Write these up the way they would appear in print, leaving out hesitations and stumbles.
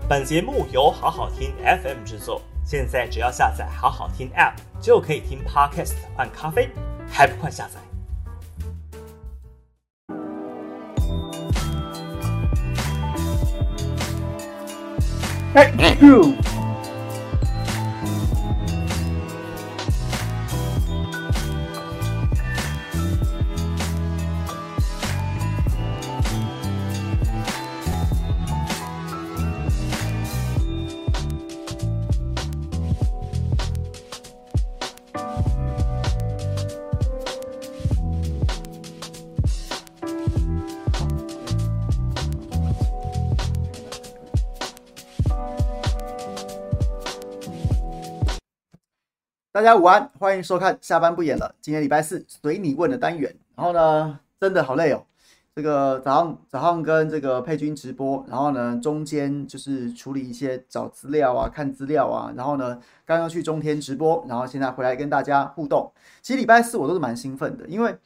本节目由好好听 FM 制作，现在只要下载好好听 App 就可以听 Podcast 换咖啡，还不快下载大家午安，欢迎收看下班不演了。今天礼拜四，随你问的单元。然后呢，真的好累哦。这个早上跟这个佩君直播，然后呢中间就是处理一些找资料啊、看资料啊，然后呢刚刚去中天直播，然后现在回来跟大家互动。其实礼拜四我都是蛮兴奋的，因为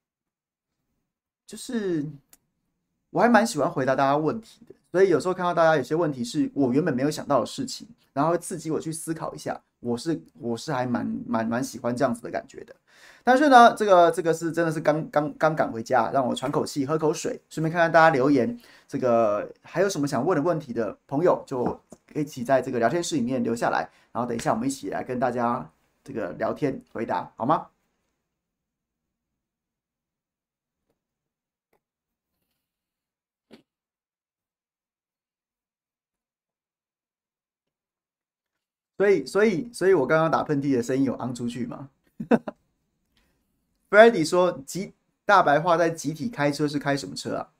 就是我还蛮喜欢回答大家问题的，所以有时候看到大家有些问题是我原本没有想到的事情，然后会刺激我去思考一下。我是还蛮喜欢这样子的感觉的，但是呢，这个是真的是刚赶回家，让我喘口气，喝口水，顺便看看大家留言，这个还有什么想问的问题的朋友，就一起在这个聊天室里面留下来，然后等一下我们一起来跟大家这个聊天回答，好吗？所以我刚刚打喷嚏的声音有昂出去吗？Freddy 说大白话在集体开车是开什么车啊？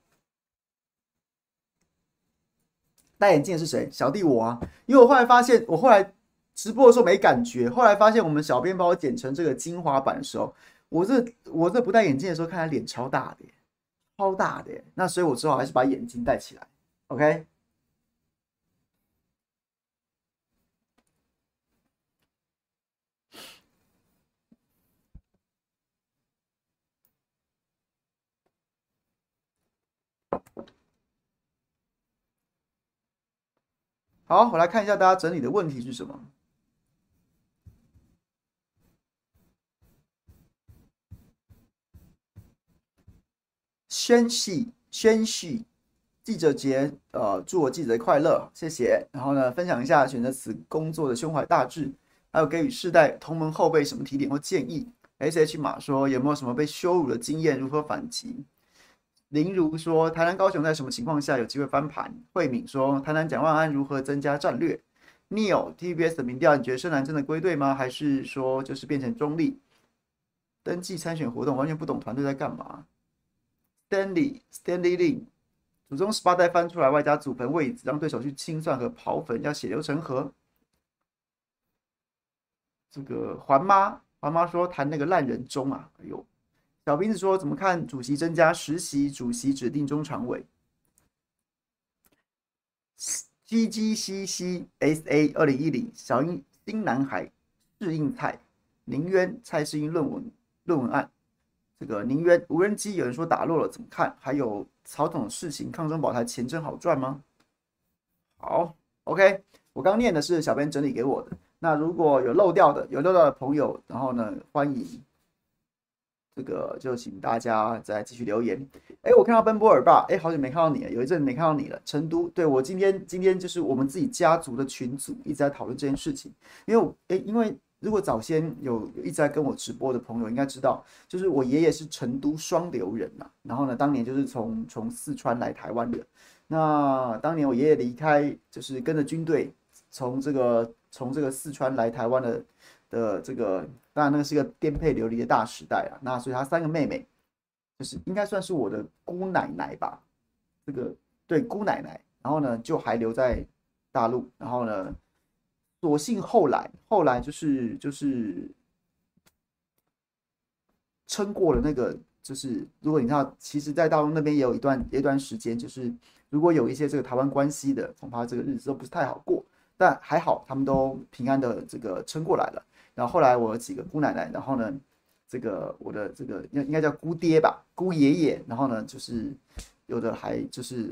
戴眼镜的是谁？小弟我啊，因为我后来发现，我后来直播的时候没感觉，后来发现我们小编把我剪成这个精华版的时候，我这不戴眼镜的时候，看他脸超大的耶，超大的耶，那所以我只好还是把眼镜戴起来。OK。好，我来看一下大家整理的问题是什么。宣誓，记者节，祝我记者快乐，谢谢。然后呢，分享一下选择此工作的胸怀大志，还有给予世代同门后辈什么提点或建议。SH 马说有没有什么被羞辱的经验，如何反击？林如说台南高雄在什么情况下有机会翻盘？慧敏说台南蒋万安如何增加战略？Neil TVBS 的民调，你觉得深蓝真的归队吗？还是说就是变成中立？登记参选活动完全不懂团队在干嘛？Stanley Lin， 祖宗18代翻出来，外加祖坟位置，让对手去清算和刨坟，要血流成河。这个环妈说谈那个烂人中啊，哎呦。小兵子说怎么看主席增加实习主席指定中常委？GGCCSA 2010小英新男孩适应菜宁渊蔡适应论文案，这个宁渊无人机有人说打落了怎么看？还有曹总的事情，抗中保台钱真好赚吗？好 ，OK， 我刚念的是小编整理给我的，那如果有漏掉的朋友，然后呢欢迎。这个就请大家再继续留言。我看到奔波尔爸，好久没看到你了，有一阵没看到你了。成都，对我今天就是我们自己家族的群组一直在讨论这件事情，因为如果早先有一直在跟我直播的朋友应该知道，就是我爷爷是成都双流人嘛，然后呢，当年就是从四川来台湾的。那当年我爷爷离开，就是跟着军队从这个四川来台湾的这个，当然那个是一个颠沛流离的大时代啊。那所以他3个妹妹，就是应该算是我的姑奶奶吧，这个对姑奶奶，然后呢就还留在大陆，然后呢，所幸后来就是撑过了那个，就是如果你看到，其实，在大陆那边也有一段时间，就是如果有一些这个台湾关系的，恐怕这个日子都不是太好过，但还好他们都平安的这个撑过来了。然后后来我有几个姑奶奶，然后呢，这个我的这个应该叫姑爹吧，姑爷爷，然后呢就是有的还就是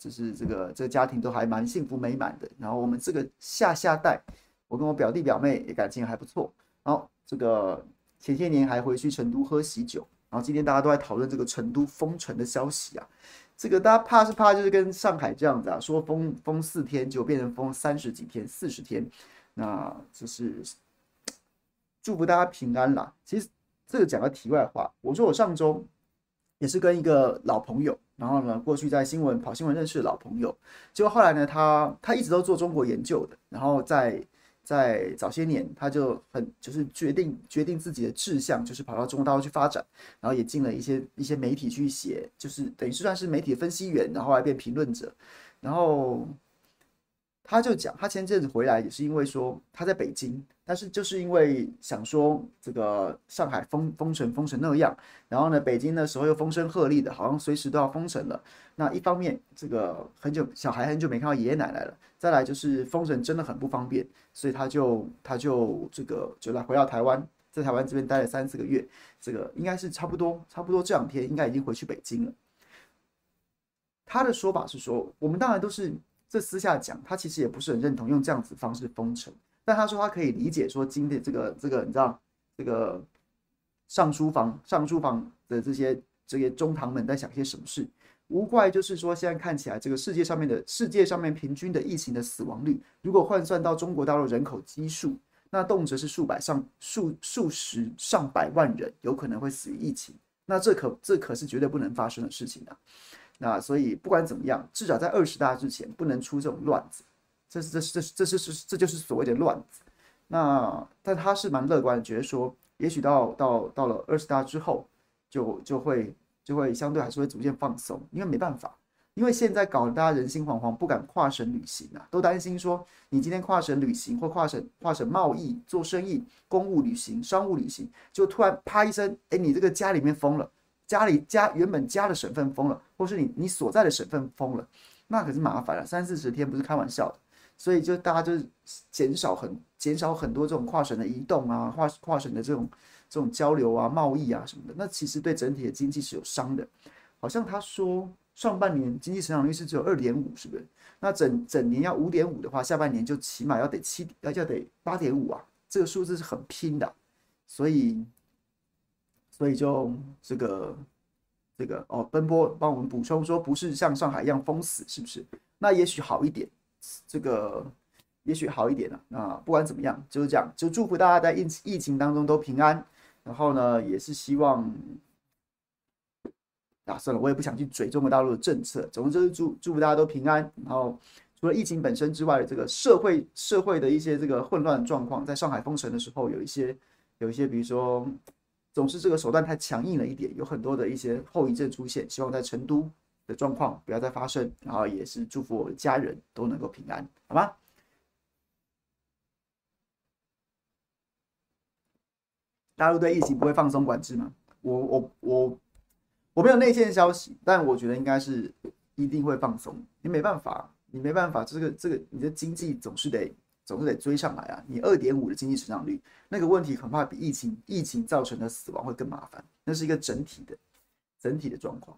就是这个家庭都还蛮幸福美满的。然后我们这个下代，我跟我表弟表妹也感情还不错。然后这个前些年还回去成都喝喜酒，然后今天大家都在讨论这个成都封城的消息啊。这个大家怕就是跟上海这样子啊，说封4天就变成封30几天、40天，那就是祝福大家平安啦。其实这个讲个题外话，我说我上周也是跟一个老朋友，然后呢过去在跑新闻认识的老朋友，结果后来呢他一直都做中国研究的，然后在早些年，他就是决定自己的志向，就是跑到中国大陆去发展，然后也进了一些媒体去写，就是等于是算是媒体分析员，然后后来变评论者。然后他就讲，他前阵子回来也是因为说他在北京，但是就是因为想说这个上海封城那样，然后呢北京那时候又风声鹤唳的，好像随时都要封城了。那一方面这个小孩很久没看到爷爷奶奶了，再来就是封城真的很不方便，所以他就回到台湾，在台湾这边待了3、4个月，这个应该是差不多这2天应该已经回去北京了。他的说法是说，我们当然都是这私下讲，他其实也不是很认同用这样子方式封城，但他说他可以理解说今天这个你知道这个上书房的这些中堂们在想些什么事。无怪就是说现在看起来这个世界上面平均的疫情的死亡率，如果换算到中国大陆人口基数，那动辄是数十上百万人有可能会死于疫情，那这可是绝对不能发生的事情啊。那所以不管怎么样，至少在20大之前不能出这种乱子，这就是所谓的乱子。但他是蛮乐观的，觉得说也许到了20大之后，就会相对还是会逐渐放松，因为没办法，因为现在搞得大家人心惶惶，不敢跨省旅行啊，都担心说你今天跨省旅行或跨省贸易、做生意、公务旅行、商务旅行，就突然啪一声，你这个家里面封了。原本家的省份封了，或是你所在的省份封了，那可是麻烦了，30、40天不是开玩笑的。所以就大家就是减少很多这种跨省的移动啊，跨省的这种交流啊、贸易啊什么的，那其实对整体的经济是有伤的。好像他说上半年经济成长率是只有2.5，是不是？那整年要5.5的话，下半年就起码要得8.5啊，这个数字是很拼的，所以就这个奔波帮我们补充说，不是像上海一样封死，是不是？那也许好一点，也许好一点了。那不管怎么样，就是这样，就祝福大家在疫情当中都平安。然后呢，也是希望算了，我也不想去嘴中国大陆的政策。总之就是祝福大家都平安。然后除了疫情本身之外的这个社会的一些这个混乱状况，在上海封城的时候有一些，比如说。总是这个手段太强硬了一点，有很多的一些后遗症出现。希望在成都的状况不要再发生，然后也是祝福我的家人都能够平安，好吗？大陆对疫情不会放松管制吗？我没有内线消息，但我觉得应该是一定会放松。你没办法，这个你的经济总是得追上来啊！你2.5的经济成长率，那个问题恐怕比疫情造成的死亡会更麻烦。那是一个整体的状况，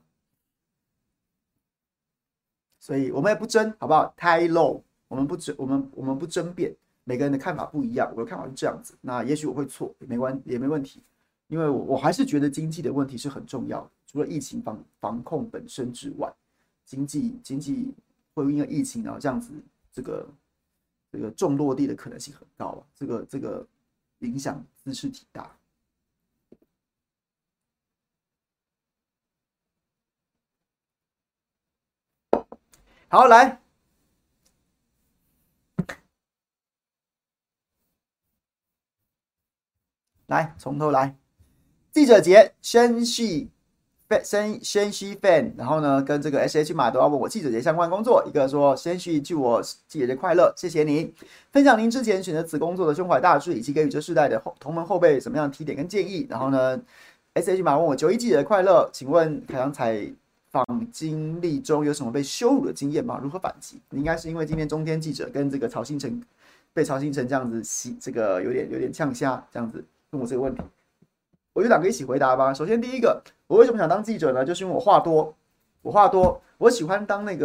所以我们也不争，好不好？太 low， 我们不争辩，每个人的看法不一样。我的看法是这样子，那也许我会错，也没问题，因为我还是觉得经济的问题是很重要的。除了疫情防控本身之外，经济会因为疫情然后这样子这个重落地的可能性很高啊，这个影响姿势体大。好，来从头来。记者节先续 fan， 然后呢，跟这个 SH 马都要问我记者节相关工作。一个说先续祝我记者节快乐，谢谢您分享您之前选择此工作的胸怀大志，以及给予这世代的同门后辈什么样的提点跟建议。然后呢 ，SH 马问我9·1记者快乐，请问凯翔采访经历中有什么被羞辱的经验吗？如何反击？应该是因为今天中天记者跟这个被曹新成这样子这个有点呛瞎这样子问我这个问题。我有2个一起回答吧。首先第一个，我为什么想当记者呢？就是因为我话多，我喜欢当那个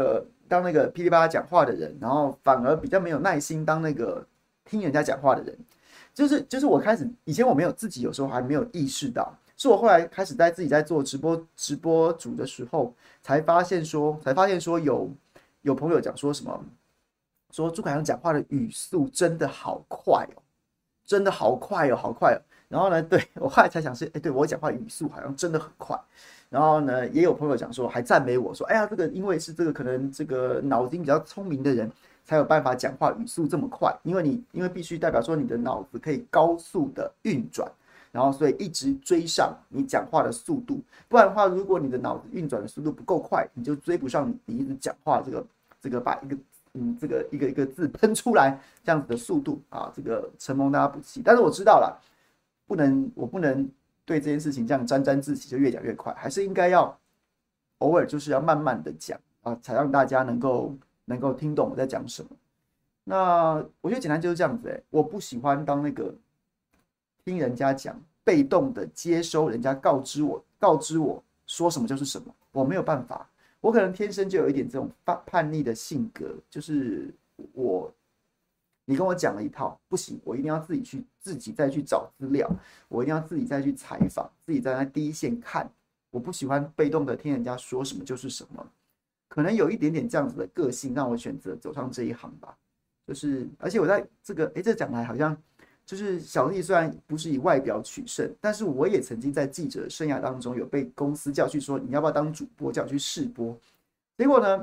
当那个噼里啪啦讲话的人，然后反而比较没有耐心当那个听人家讲话的人。就是我开始以前我没有自己有时候还没有意识到，是我后来开始自己在做直播主的时候，才发现说有朋友讲说什么，说朱凯翔讲话的语速真的好快哦，真的好快哦，好快哦。然后呢，对我后来才想是，对我讲话语速好像真的很快。然后呢，也有朋友讲说，还赞美我说，哎呀，这个因为是这个可能这个脑筋比较聪明的人才有办法讲话语速这么快，因为必须代表说你的脑子可以高速的运转，然后所以一直追上你讲话的速度。不然的话，如果你的脑子运转的速度不够快，你就追不上你一直讲话这个把一个字喷出来这样子的速度啊，这个承蒙大家不弃。但是我知道了，我不能对这件事情这样沾沾自喜就越讲越快，还是应该要偶尔就是要慢慢的讲啊，才让大家能够听懂我在讲什么。那我觉得简单就是这样子我不喜欢当那个听人家讲，被动的接收人家告知我说什么就是什么，我没有办法。我可能天生就有一点这种叛逆的性格，就是你跟我讲了一套不行，我一定要自己再去找资料，我一定要自己再去采访，自己站在第一线看。我不喜欢被动的听人家说什么就是什么，可能有一点点这样子的个性，让我选择走上这一行吧。就是而且我在这讲来好像就是小弟虽然不是以外表取胜，但是我也曾经在记者生涯当中有被公司叫去说你要不要当主播，叫我去试播。结果呢，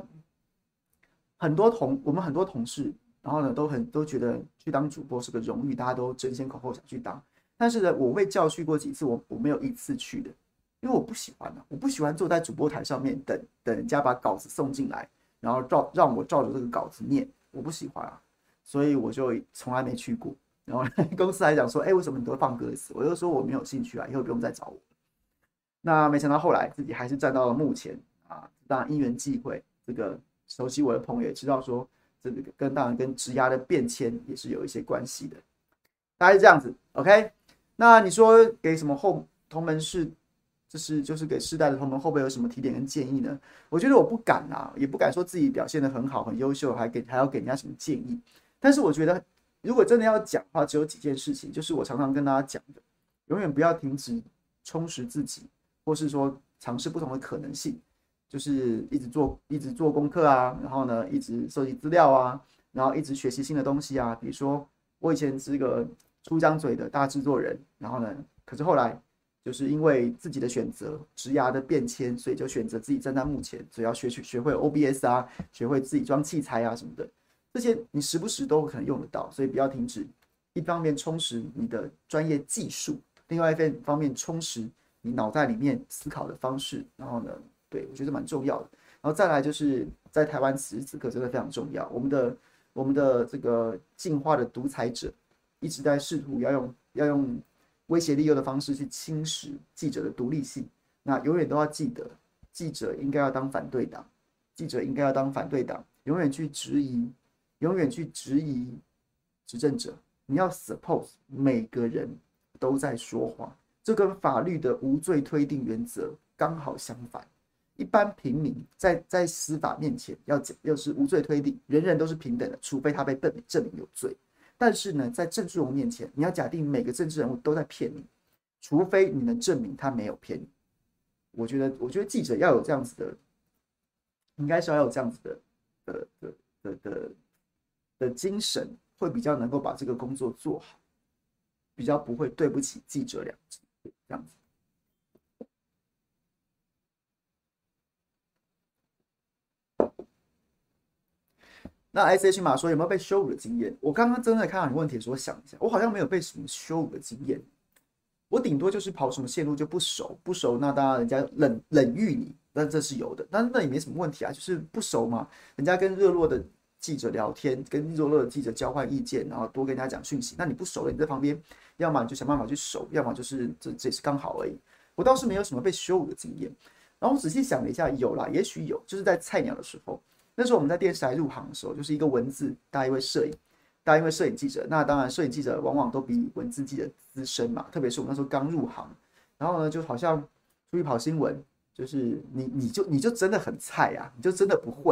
我们很多同事，然后呢都觉得去当主播是个荣誉，大家都争先恐后想去当。但是呢，我被叫去过几次，我没有一次去的，因为我不喜欢我不喜欢坐在主播台上面等人家把稿子送进来，然后让我照着这个稿子念，我不喜欢啊，所以我就从来没去过。然后公司还讲说，为什么你都会放歌词？我就说我没有兴趣啊，以后不用再找我。那没想到后来自己还是站到了幕前啊，当然因缘际会，这个熟悉我的朋友也知道说，这个当然跟职涯的变迁也是有一些关系的，大概是这样子。OK， 那你说给什么同门室，就是给世代的同门后辈有什么提点跟建议呢？我觉得我不敢啊，也不敢说自己表现得很好很优秀，还要给人家什么建议。但是我觉得，如果真的要讲的话，只有几件事情，就是我常常跟大家讲的，永远不要停止充实自己，或是说尝试不同的可能性，就是一直做功课啊，然后呢一直收集资料啊，然后一直学习新的东西啊。比如说我以前是个出张嘴的大制作人，然后呢，可是后来就是因为自己的选择、职涯的变迁，所以就选择自己站在幕前，所以要学会 OBS 啊，学会自己装器材啊什么的。这些你时不时都可能用得到，所以不要停止。一方面充实你的专业技术，另外一方面充实你脑袋里面思考的方式。然后呢，对我觉得蛮重要的。然后再来就是在台湾此时此刻真的非常重要，我们的这个进化的独裁者一直在试图要用威胁利诱的方式去侵蚀记者的独立性。那永远都要记得，记者应该要当反对党，永远去质疑执政者。你要 suppose 每个人都在说谎，这跟法律的无罪推定原则刚好相反。一般平民在司法面前要是无罪推定，人人都是平等的，除非他被证明有罪。但是呢，在政治人物面前，你要假定每个政治人物都在骗你，除非你能证明他没有骗你。我觉得记者要有这样子的，应该是要有这样子的精神，会比较能够把这个工作做好，比较不会对不起记者两字这样子。那 SH 马说有没有被羞辱的经验？我刚刚真的看到你问题的时候，想一下，我好像没有被什么羞辱的经验。我顶多就是跑什么线路就不熟，那当然人家冷遇你，但这是有的，但是那也没什么问题啊，就是不熟嘛，人家跟热络的记者聊天，跟热络的记者交换意见，然后多跟人家讲讯息。那你不熟了，你在旁边，要么你就想办法去熟，要么就是这也是刚好而已。我倒是没有什么被羞辱的经验。然后我仔细想了一下，有啦，也许有，就是在菜鸟的时候。那时候我们在电视台入行的时候，就是一个文字搭一位摄影记者。那当然，摄影记者往往都比文字记者资深嘛，特别是我们那时候刚入行，然后呢，就好像出去跑新闻，就是你就真的很菜啊，你就真的不会啊。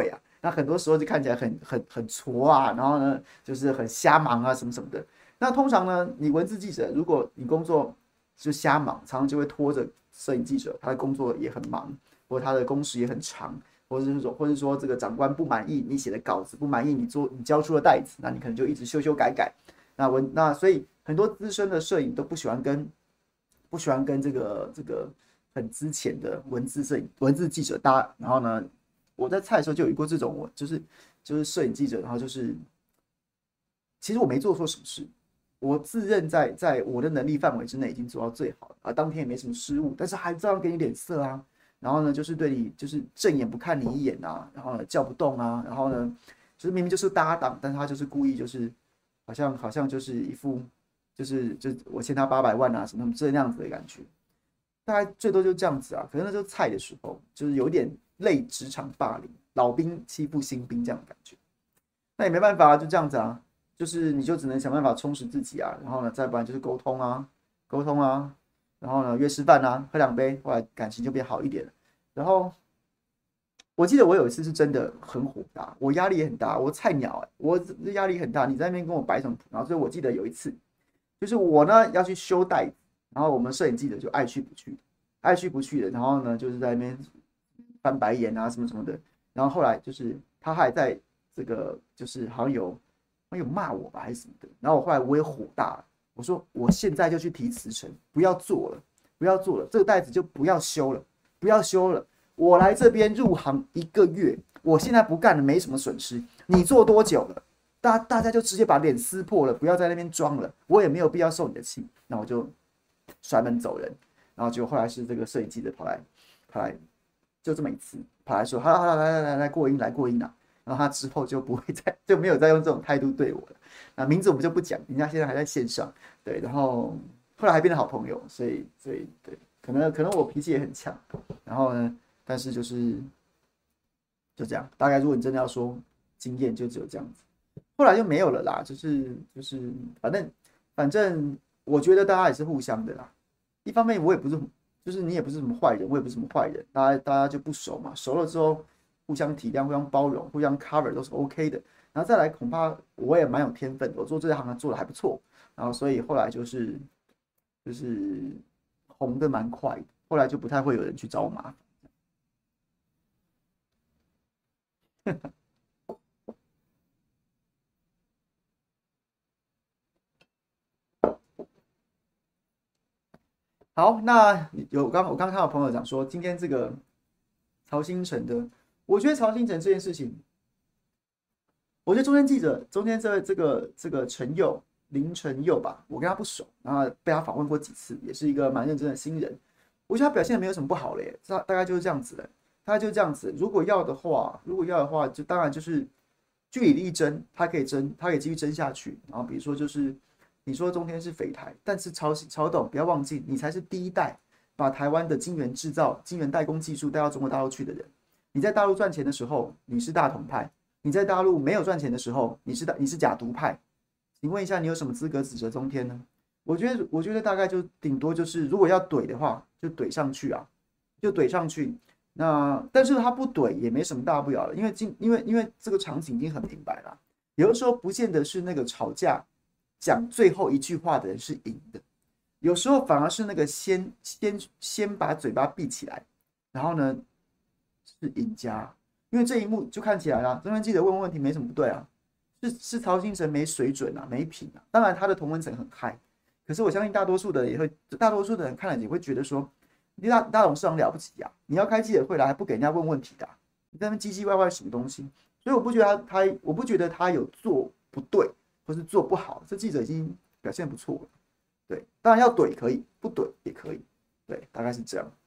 那很多时候就看起来很挫啊，然后呢就是很瞎忙啊什么什么的。那通常呢，你文字记者，如果你工作就瞎忙，常常就会拖着摄影记者，他的工作也很忙，或者他的工时也很长，或者说这个长官不满意你写的稿子，不满意你交出的袋子，那你可能就一直修改改。那所以很多资深的摄影都不喜欢跟这个很之前的文字记者搭。然后呢，我在菜的时候就有遇过这种，就是摄影记者，然后就是其实我没做错什么事，我自认在我的能力范围之内已经做到最好了啊，当天也没什么失误，但是还照样给你脸色啊。然后呢，就是对你就是正眼不看你一眼啊，然后呢叫不动啊，然后呢就是明明就是搭档，但是他就是故意就是好像就是一副就是我欠他800万啊什么这样子的感觉，大概最多就这样子啊。可是那时候菜的时候，就是有点类职场霸凌，老兵欺负新兵这样的感觉。那也没办法啊，就这样子啊，就是你就只能想办法充实自己啊，然后呢，再不然就是沟通啊，然后呢约吃饭啊，喝2杯，后来感情就变好一点了。然后我记得我有一次是真的很火大，我压力也很大，我菜鸟我压力很大，你在那边跟我摆什么谱？然后所以我记得有一次，就是我呢要去修袋子，然后我们摄影记者就爱去不去，的，然后呢就是在那边翻白眼啊什么什么的，然后后来就是他还在这个就是好像有骂我吧还是什么的，然后我也火大了，我说我现在就去提辞呈，不要做了，这个袋子就不要修了，我来这边入行1个月，我现在不干了没什么损失，你做多久了？大家就直接把脸撕破了，不要在那边装了，我也没有必要受你的气，那我就甩门走人。然后结果后来是这个摄影记者跑来，就这么一次跑来说，好了，来过音啊。然后他之后就没有再用这种态度对我了。那名字我们就不讲，人家现在还在线上，对，然后后来还变成好朋友，所以对，可能我脾气也很强，然后呢，但是就这样，大概如果你真的要说经验，就只有这样子。后来就没有了啦，就是反正我觉得大家也是互相的啦。一方面我也不是，就是你也不是什么坏人，我也不是什么坏人，大家就不熟嘛，熟了之后互相体谅、互相包容、互相 cover 都是 OK 的。然后再来，恐怕我也蛮有天分的，我做这行做的还不错，然后所以后来就是红的蛮快的，后来就不太会有人去找我麻烦。好，那我刚看到朋友讲说，今天这个曹新成的，我觉得曹新成这件事情，我觉得中间这个林晨佑吧，我跟他不熟，然后被他访问过几次，也是一个蛮认真的新人，我觉得他表现没有什么不好的耶，大概就是这样子的，他就这样子。如果要的话，就当然就是据理力争，他可以继续争下去。然后比如说就是你说中天是匪台，但是曹董不要忘记，你才是第一代把台湾的晶圆制造、晶圆代工技术带到中国大陆去的人。你在大陆赚钱的时候，你是大同派；你在大陆没有赚钱的时候，你是假独派。请问一下，你有什么资格指责中天呢？我觉得大概就顶多就是，如果要怼的话，就怼上去啊，就怼上去。那但是他不怼也没什么大不了的，因为这个场景已经很明白了。有的时候不见得是那个吵架讲最后一句话的人是赢的，有时候反而是那个先把嘴巴闭起来，然后呢是赢家。因为这一幕就看起来啦，中天记者问题没什么不对啊。是曹新成没水准啊，没品啊。当然他的同温层很嗨，可是我相信大多数的人看了也会觉得说，你大董事长了不起啊，你要开记者会来还不给人家问问题的你在那边唧唧歪歪什么东西？所以我不觉得他有做不对或是做不好，这记者已经表现不错了。对，当然要怼可以，不怼也可以，对，大概是这样。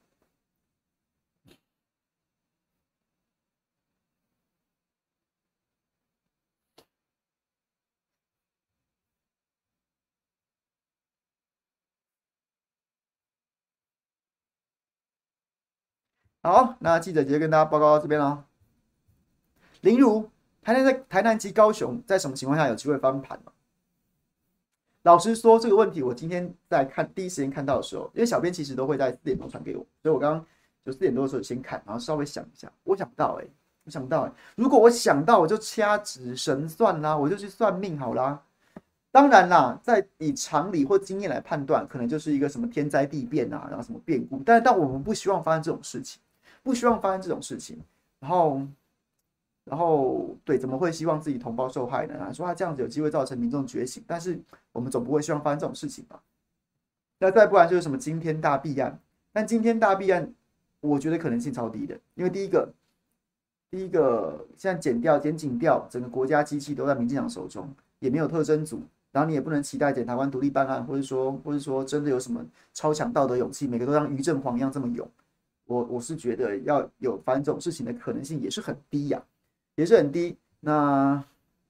好，那记者直接跟大家报告到这边了。林如，台南及高雄在什么情况下有机会翻盘吗？老实说，这个问题我今天在第一时间看到的时候，因为小编其实都会在4点多传给我，所以我刚刚就4点多的时候先看，然后稍微想一下，我想不到我想不到如果我想到，我就掐指神算啦，我就去算命好啦。当然啦，在以常理或经验来判断，可能就是一个什么天灾地变啊，然后什么变故。但我们不希望发生这种事情，不希望发生这种事情。然后对，怎么会希望自己同胞受害呢？说他这样子有机会造成民众觉醒，但是我们总不会希望发生这种事情吧？那再不然就是什么惊天大弊案，但惊天大弊案，我觉得可能性超低的，因为第一个现在检警调，整个国家机器都在民进党手中，也没有特侦组，然后你也不能期待检察官独立办案，或者说真的有什么超强道德勇气，每个都像于正煌一样这么勇。我是觉得要有发生这种事情的可能性也是很低呀，也是很低。那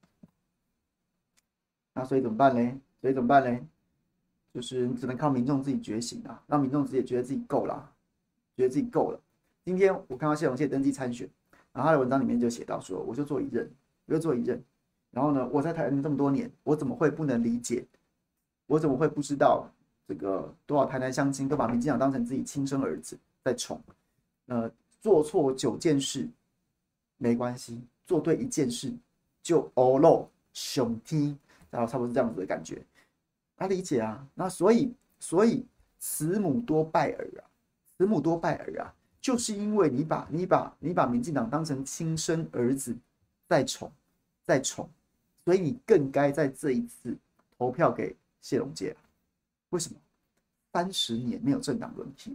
所以怎么办嘞？就是你只能靠民众自己觉醒啊，让民众自己觉得自己够了，今天我看到谢龙介登记参选，然后他的文章里面就写到说，我就做一任。然后呢，我在台南这么多年，我怎么会不能理解？我怎么会不知道这个多少台南乡亲都把民进党当成自己亲生儿子在宠？做错9件事没关系，做对1件事就欧漏熊踢，然后差不多是这样子的感觉。他理解啊，那所以慈母多败儿啊，就是因为你把民进党当成亲生儿子在宠，所以你更该在这一次投票给谢龙介。为什么？30年没有政党轮替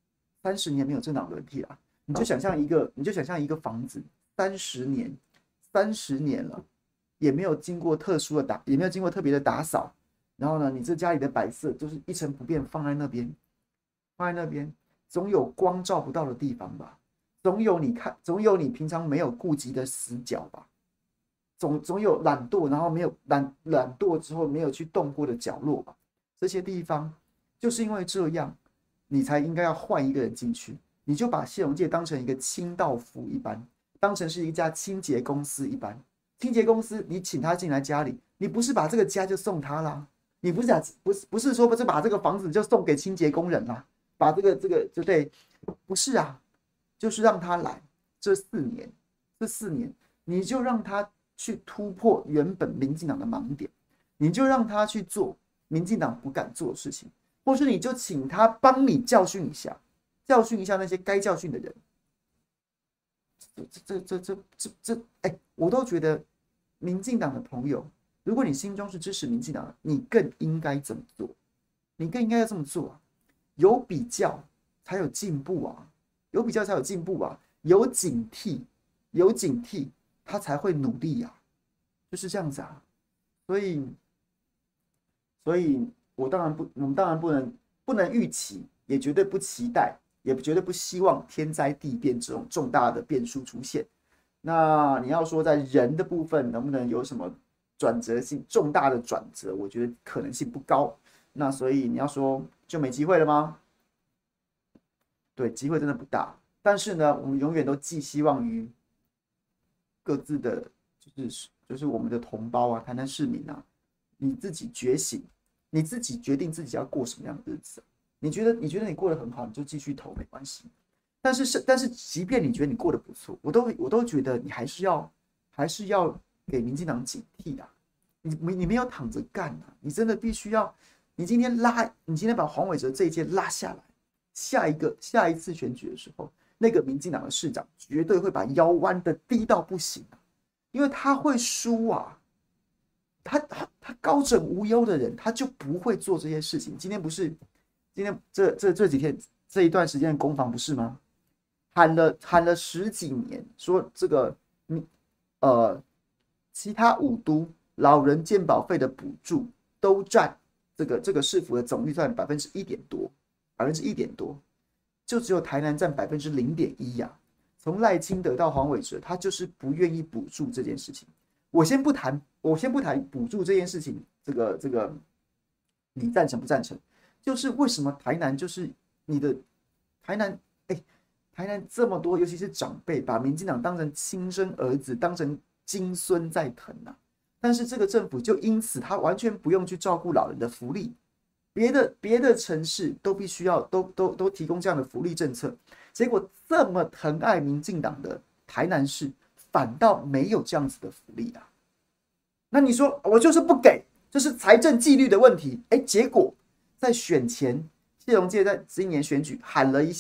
了，你就想象一个房子，30年了，也没有经过特别的打扫。然后呢，你这家里的摆设就是一成不变，放在那边，总有光照不到的地方吧？总有你平常没有顾及的死角吧？总有懒惰，然后没有懒惰之后没有去动过的角落吧？这些地方就是因为这样，你才应该要换一个人进去。你就把谢龙介当成一个清道夫一般，当成是一家清洁公司一般。清洁公司，你请他进来家里，你不是把这个家就送他啦？你不是说把这个房子就送给清洁工人啦？把这个就对，不是啊，就是让他来这4年，你就让他去突破原本民进党的盲点，你就让他去做民进党不敢做的事情，或是你就请他帮你教训一下那些该教训的人。我都觉得民进党的朋友，如果你心中是支持民进党的，你更应该这么做，啊！有比较才有进步啊！有警惕，他才会努力啊！就是这样子啊！所以我们当然不能预期，也绝对不期待，也绝对不希望天灾地变这种重大的变数出现。那你要说在人的部分能不能有什么转折性重大的转折，我觉得可能性不高。那所以你要说就没机会了吗？对，机会真的不大。但是呢，我们永远都寄希望于各自的，就是我们的同胞啊，台南市民啊，你自己觉醒，你自己决定自己要过什么样的日子。你觉得你过得很好，你就继续投没关系。但是，即便你觉得你过得不错，我都觉得你还是要给民进党警惕啊！你没有躺着干啊！你真的必须要，你今天把黄伟哲这一届拉下来，下一次选举的时候，那个民进党的市长绝对会把腰弯的低到不行啊！因为他会输啊！他高枕无忧的人，他就不会做这些事情。今天这几天这一段时间的攻防不是吗？喊了10几年，说这个其他5都老人健保费的补助都占这个市府的总预算1%多，就只有台南占0.1%呀。从赖清德到黄伟哲，他就是不愿意补助这件事情。我先不谈补助这件事情，这个你赞成不赞成？就是为什么台南就是你的台南这么多，尤其是长辈把民进党当成亲生儿子，当成金孙在疼啊！但是这个政府就因此他完全不用去照顾老人的福利，别的城市都必须要都提供这样的福利政策，结果这么疼爱民进党的台南市， 反倒没有这样子的福利啊。那你说我就是不给，这是财政纪律的问题。结果在选前，谢龙介在今年选举喊了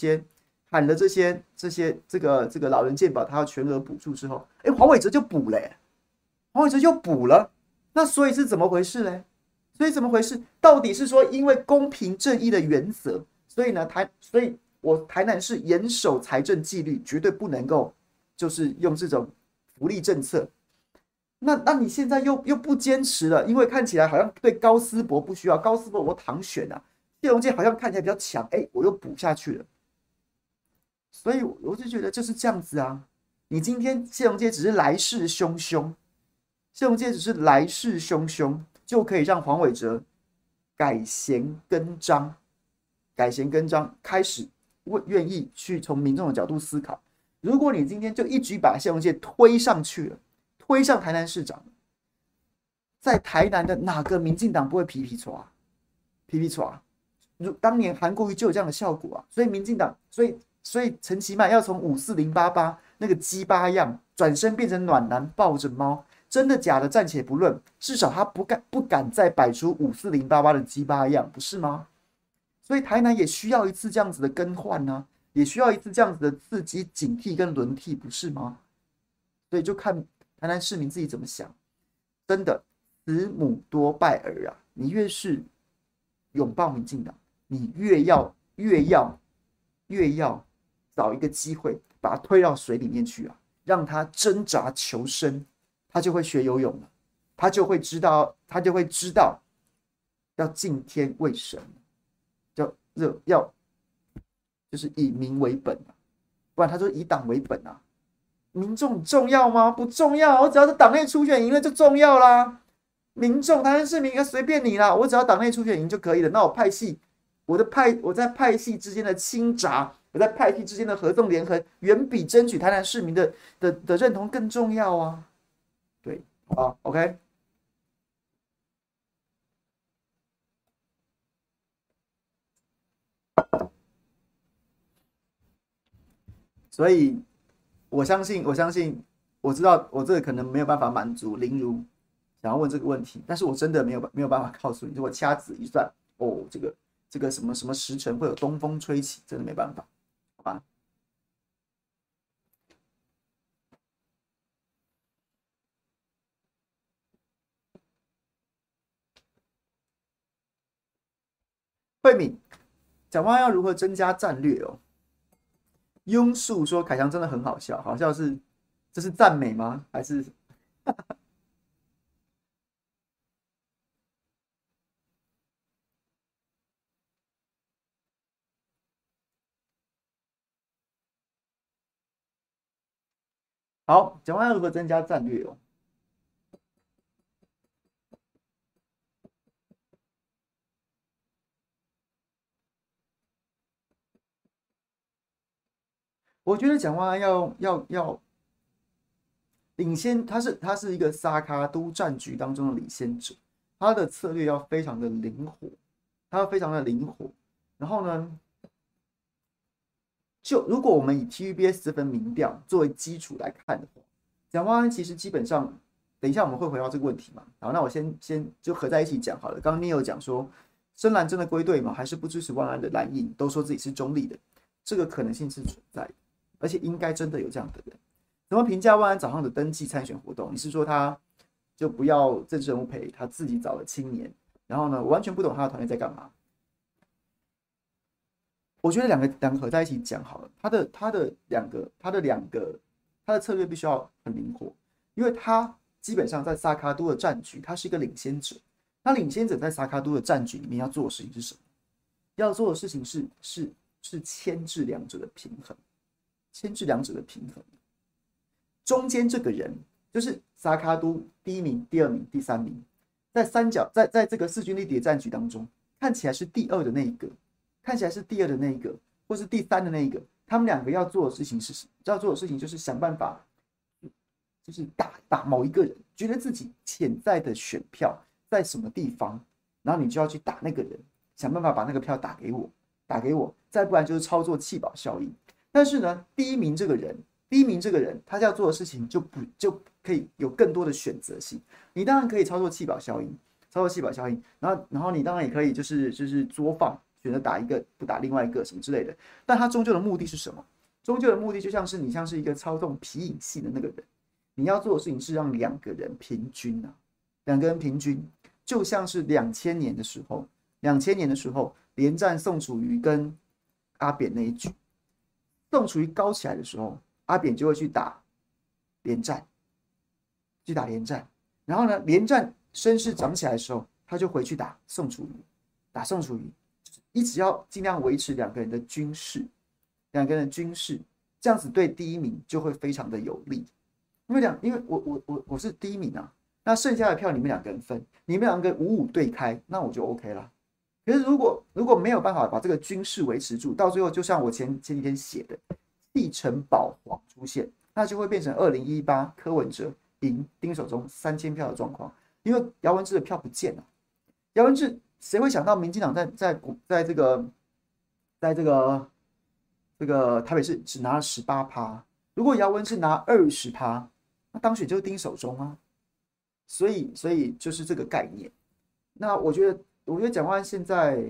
这个老人健保他要全额补助之后，黄伟哲就补了黄伟哲就补了。那所以是怎么回事呢？所以怎么回事？到底是说因为公平正义的原则，所以呢所以我台南市严守财政纪律，绝对不能够就是用这种福利政策。那你现在又不坚持了，因为看起来好像对高思博不需要，高思博我당选啊，谢龙介好像看起来比较强，我又补下去了。所以我就觉得就是这样子啊。你今天谢龙介只是来势汹汹，谢龙介只是来势汹汹，就可以让黄伟哲改弦更张，开始愿意去从民众的角度思考。如果你今天就一举把谢龙介推上去了，推上台南市长，在台南的哪个民进党不会皮皮唰？当年韩国瑜就有这样的效果啊，所以民进党，所以陈其迈要从54088那个鸡巴样转身变成暖男抱着猫，真的假的暂且不论，至少他不敢再摆出54088的鸡巴样，不是吗？所以台南也需要一次这样子的更换呢，也需要一次这样子的刺激、警惕跟轮替，不是吗？所以就看台南市民自己怎么想。真的，慈母多败儿啊！你越是拥抱民进党，你越要找一个机会把他推到水里面去啊，让他挣扎求生，他就会学游泳了，他就会知道要敬天为神，就是以民为本啊，不然他就以党为本啊。民众重要吗？不重要，我只要是党内初选赢了就重要啦。民众台南市民随便你啦，我只要党内初选赢就可以了。那我在派系之间的倾轧，我在派系之间的合纵连横，远比争取台南市民的认同更重要啊。对，好 ，OK。所以我相信，我知道我这个可能没有办法满足林如想要问这个问题，但是我真的没有办法告诉你，如果掐指一算，这个什么什么时辰会有东风吹起，真的没办法，好吧？慧敏，蒋万安要如何增加战略哦？庸树说凯翔真的很好笑，好笑是这是赞美吗？还是好？蒋万安如何增加战略哦？我觉得蒋万安要领先，他是一个萨卡都战局当中的领先者，他的策略要非常的灵活，然后呢，如果我们以 TVBS 这份民调作为基础来看的话，蒋万安其实基本上，等一下我们会回到这个问题嘛。好，那我先就合在一起讲好了。刚刚你有讲说，深蓝真的归队吗？还是不支持万安的蓝营都说自己是中立的，这个可能性是存在的，而且应该真的有这样的人。怎么评价万安早上的登记参选活动？你是说他就不要政治人物陪，他自己找了青年，然后呢，我完全不懂他的团队在干嘛。我觉得两个合在一起讲好了，他的策略必须要很灵活，因为他基本上在萨卡都的战局，他是一个领先者。那领先者在萨卡都的战局里面要做的事情是什么？要做的事情是牵制两者的平衡，中间这个人就是萨卡都第一名、第二名、第三名，在三角在这个势均力敌的战局当中，看起来是第二的那一个，或是第三的那一个，他们两个要做的事情是什么？要做的事情就是想办法，就是打某一个人，觉得自己潜在的选票在什么地方，然后你就要去打那个人，想办法把那个票打给我，再不然就是操作弃保效应。但是呢，第一名这个人第一名这个人他要做的事情就可以有更多的选择性。你当然可以操作弃保效应，然后你当然也可以就是作放，选择打一个不打另外一个什么之类的。但他终究的目的是什么？终究的目的就像是你像是一个操纵皮影戏的那个人，你要做的事情是让两个人平均啊，两个人平均，就像是2000年的时候连战宋楚瑜跟阿扁那一局，宋楚瑜高起来的时候，阿扁就会去打连战，然后呢，连战声势涨起来的时候，他就回去打宋楚瑜，一直要尽量维持两个人的均势，这样子对第一名就会非常的有利。因为我是第一名啊，那剩下的票你们两个人分，你们两个5-5对开，那我就 OK 了。可是如果没有办法把这个军事维持住，到最后就像我前几天写的，继承保皇出现，那就会变成2018柯文哲赢丁守中3000票的状况，因为姚文智的票不见了。姚文智谁会想到民进党在这个台北市只拿了18%，如果姚文智拿20%，那当选就是丁守中啊。所以就是这个概念。那我觉得蒋万安现在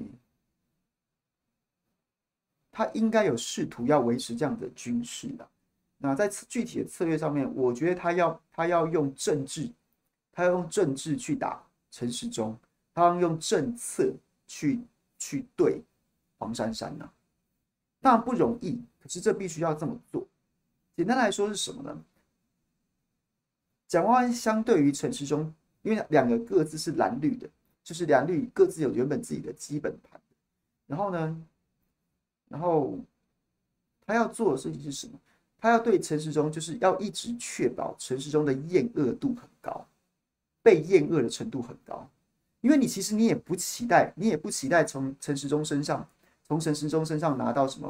他应该有试图要维持这样的军事的。那在具体的策略上面，我觉得他要用政治，去打陈时中，他要用政策去对黄珊珊呐。当然不容易，可是这必须要这么做。简单来说是什么呢？蒋万安相对于陈时中，因为两个各自是蓝绿的，就是蓝绿各自有原本自己的基本盘。然后他要做的事情是什么？他要对陈时中就是要一直确保陈时中的厌恶度很高，被厌恶的程度很高。因为其实你也不期待从陈时中身上拿到什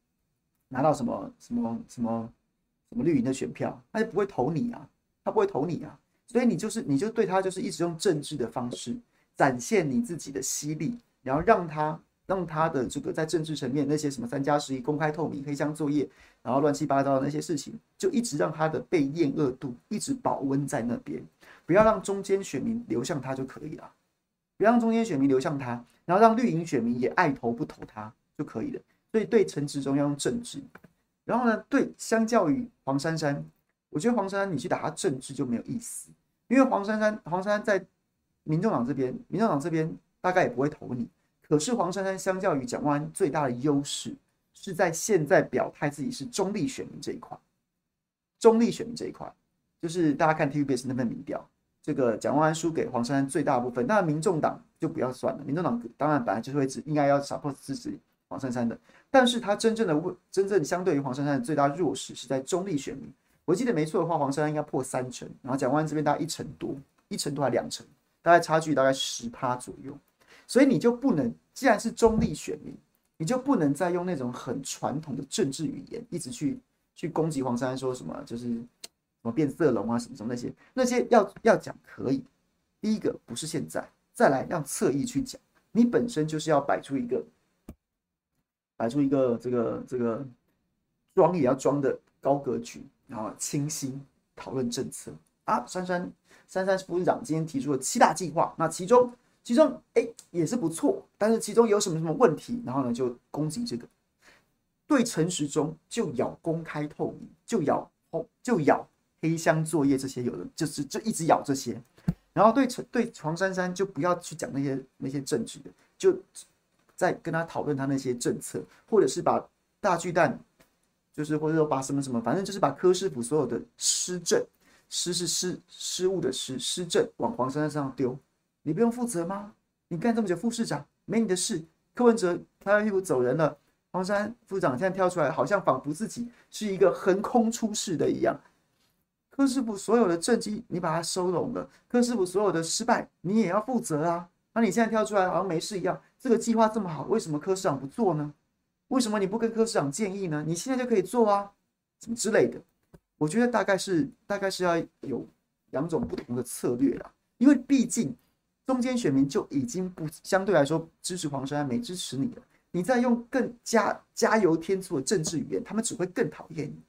么绿营的选票，他就不会投你啊。所以你就对他就是一直用政治的方式展现你自己的犀利，然后让他的这个在政治层面那些什么3+11公开透明黑箱作业，然后乱七八糟的那些事情，就一直让他的被厌恶度一直保温在那边，不要让中间选民流向他就可以了，然后让绿营选民也爱投不投他就可以了。所以对陈时中要用政治，然后呢，相较于黄珊珊。我觉得黄珊珊你去打他政治就没有意思，因为黄珊珊在民众党这边大概也不会投你。可是黄珊珊相较于蒋万安最大的优势是在现在表态自己是中立选民这一块。就是大家看 TVBS 那份民调，这个蒋万安输给黄珊珊最大的部分，那民众党就不要算了，民众党当然本来就是应该要 support 支持黄珊珊的，但是他真正相对于黄珊珊的最大弱势是在中立选民。我记得没错的话，黄珊珊应该破30%，然后蒋万安这边大概1成多还2成，大概差距大概10%左右。所以你就不能，既然是中立选民，你就不能再用那种很传统的政治语言，一直去攻击黄珊珊，说什么就是什么变色龙啊什么那些要讲可以。第一个不是现在，再来让侧翼去讲，你本身就是要摆出一个这个装也要装的高格局。然后清晰讨论政策啊，珊珊副市长今天提出了7大计划，那其中也是不错，但是其中有什么问题，然后呢就攻击这个，对陈时中就咬公开透明，就咬黑箱作业这些，有的就一直咬这些，然后对黄珊珊就不要去讲那些政治的，就在跟他讨论他那些政策，或者是把大巨蛋。就是或者说把什么，反正就是把柯师傅所有的施政，施是失误的施政往黄珊珊身上丢，你不用负责吗？你干这么久副市长，没你的事。柯文哲拍完屁股走人了，黄珊珊副市长现在跳出来，好像仿佛自己是一个横空出世的一样。柯师傅所有的政绩你把它收拢了，柯师傅所有的失败你也要负责啊。那你现在跳出来好像没事一样，这个计划这么好，为什么柯市长不做呢？为什么你不跟柯市长建议呢？你现在就可以做啊，什么之类的。我觉得大概是要有2种不同的策略啦，因为毕竟中间选民就已经不相对来说支持黄珊珊，没支持你了。你再用更加油添醋的政治语言，他们只会更讨厌你。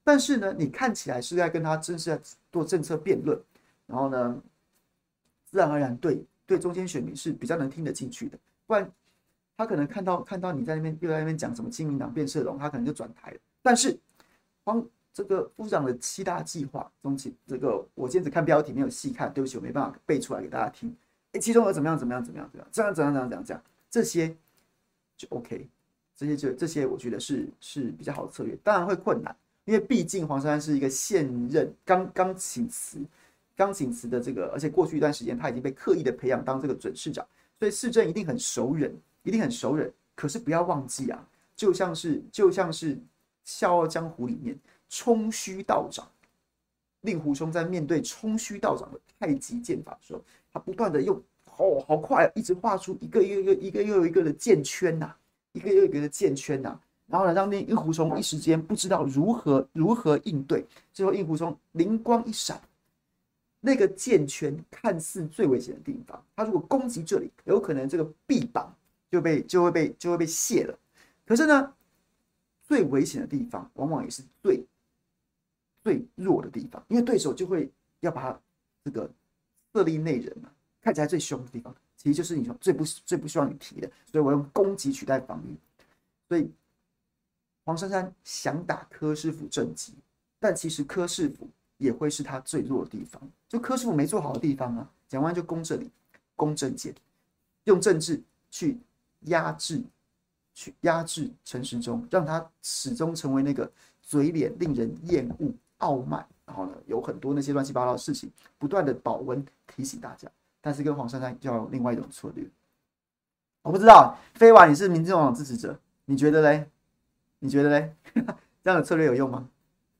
但是呢，你看起来是在跟他正式在做政策辩论，然后呢，自然而然对中间选民是比较能听得进去的，不然他可能看到你在那边又在那边讲什么亲民党变色龙，他可能就转台了。但是这个副长的7大计划中期，这个我今天只看标题没有细看，对不起，我没办法背出来给大家听。其中有怎么样，这些就 OK， 这些我觉得是比较好的策略，当然会困难，因为毕竟黄珊珊是一个现任刚请辞的这个，而且过去一段时间他已经被刻意的培养当这个准市长，所以市政一定很熟人。可是不要忘记啊，就像是《笑傲江湖》里面冲虚道长令狐冲在面对冲虚道长的太极剑法的时候，他不断的用好快，一直画出一个又一个的剑圈呐，然后呢，让令狐冲一时间不知道如何应对。最后令狐冲灵光一闪，那个剑圈看似最危险的地方，他如果攻击这里，有可能这个臂膀就会被卸了。可是呢，最危险的地方往往也是最弱的地方，因为对手就会要把他这个色厉内荏嘛，看起来最凶的地方，其实就是你最不希望你提的，所以我用攻击取代防御。所以黄珊珊想打柯师傅正击，但其实柯师傅也会是他最弱的地方，就柯师傅没做好的地方啊，蒋万安就攻这里，攻政见，用政治去压制陈时中，让他始终成为那个嘴脸令人厌恶、傲慢，然后呢有很多那些乱七八糟的事情，不断的保温提醒大家。但是跟黄珊珊就要有另外一种策略。我不知道飞娃你是民进党支持者，你觉得嘞？这样的策略有用吗？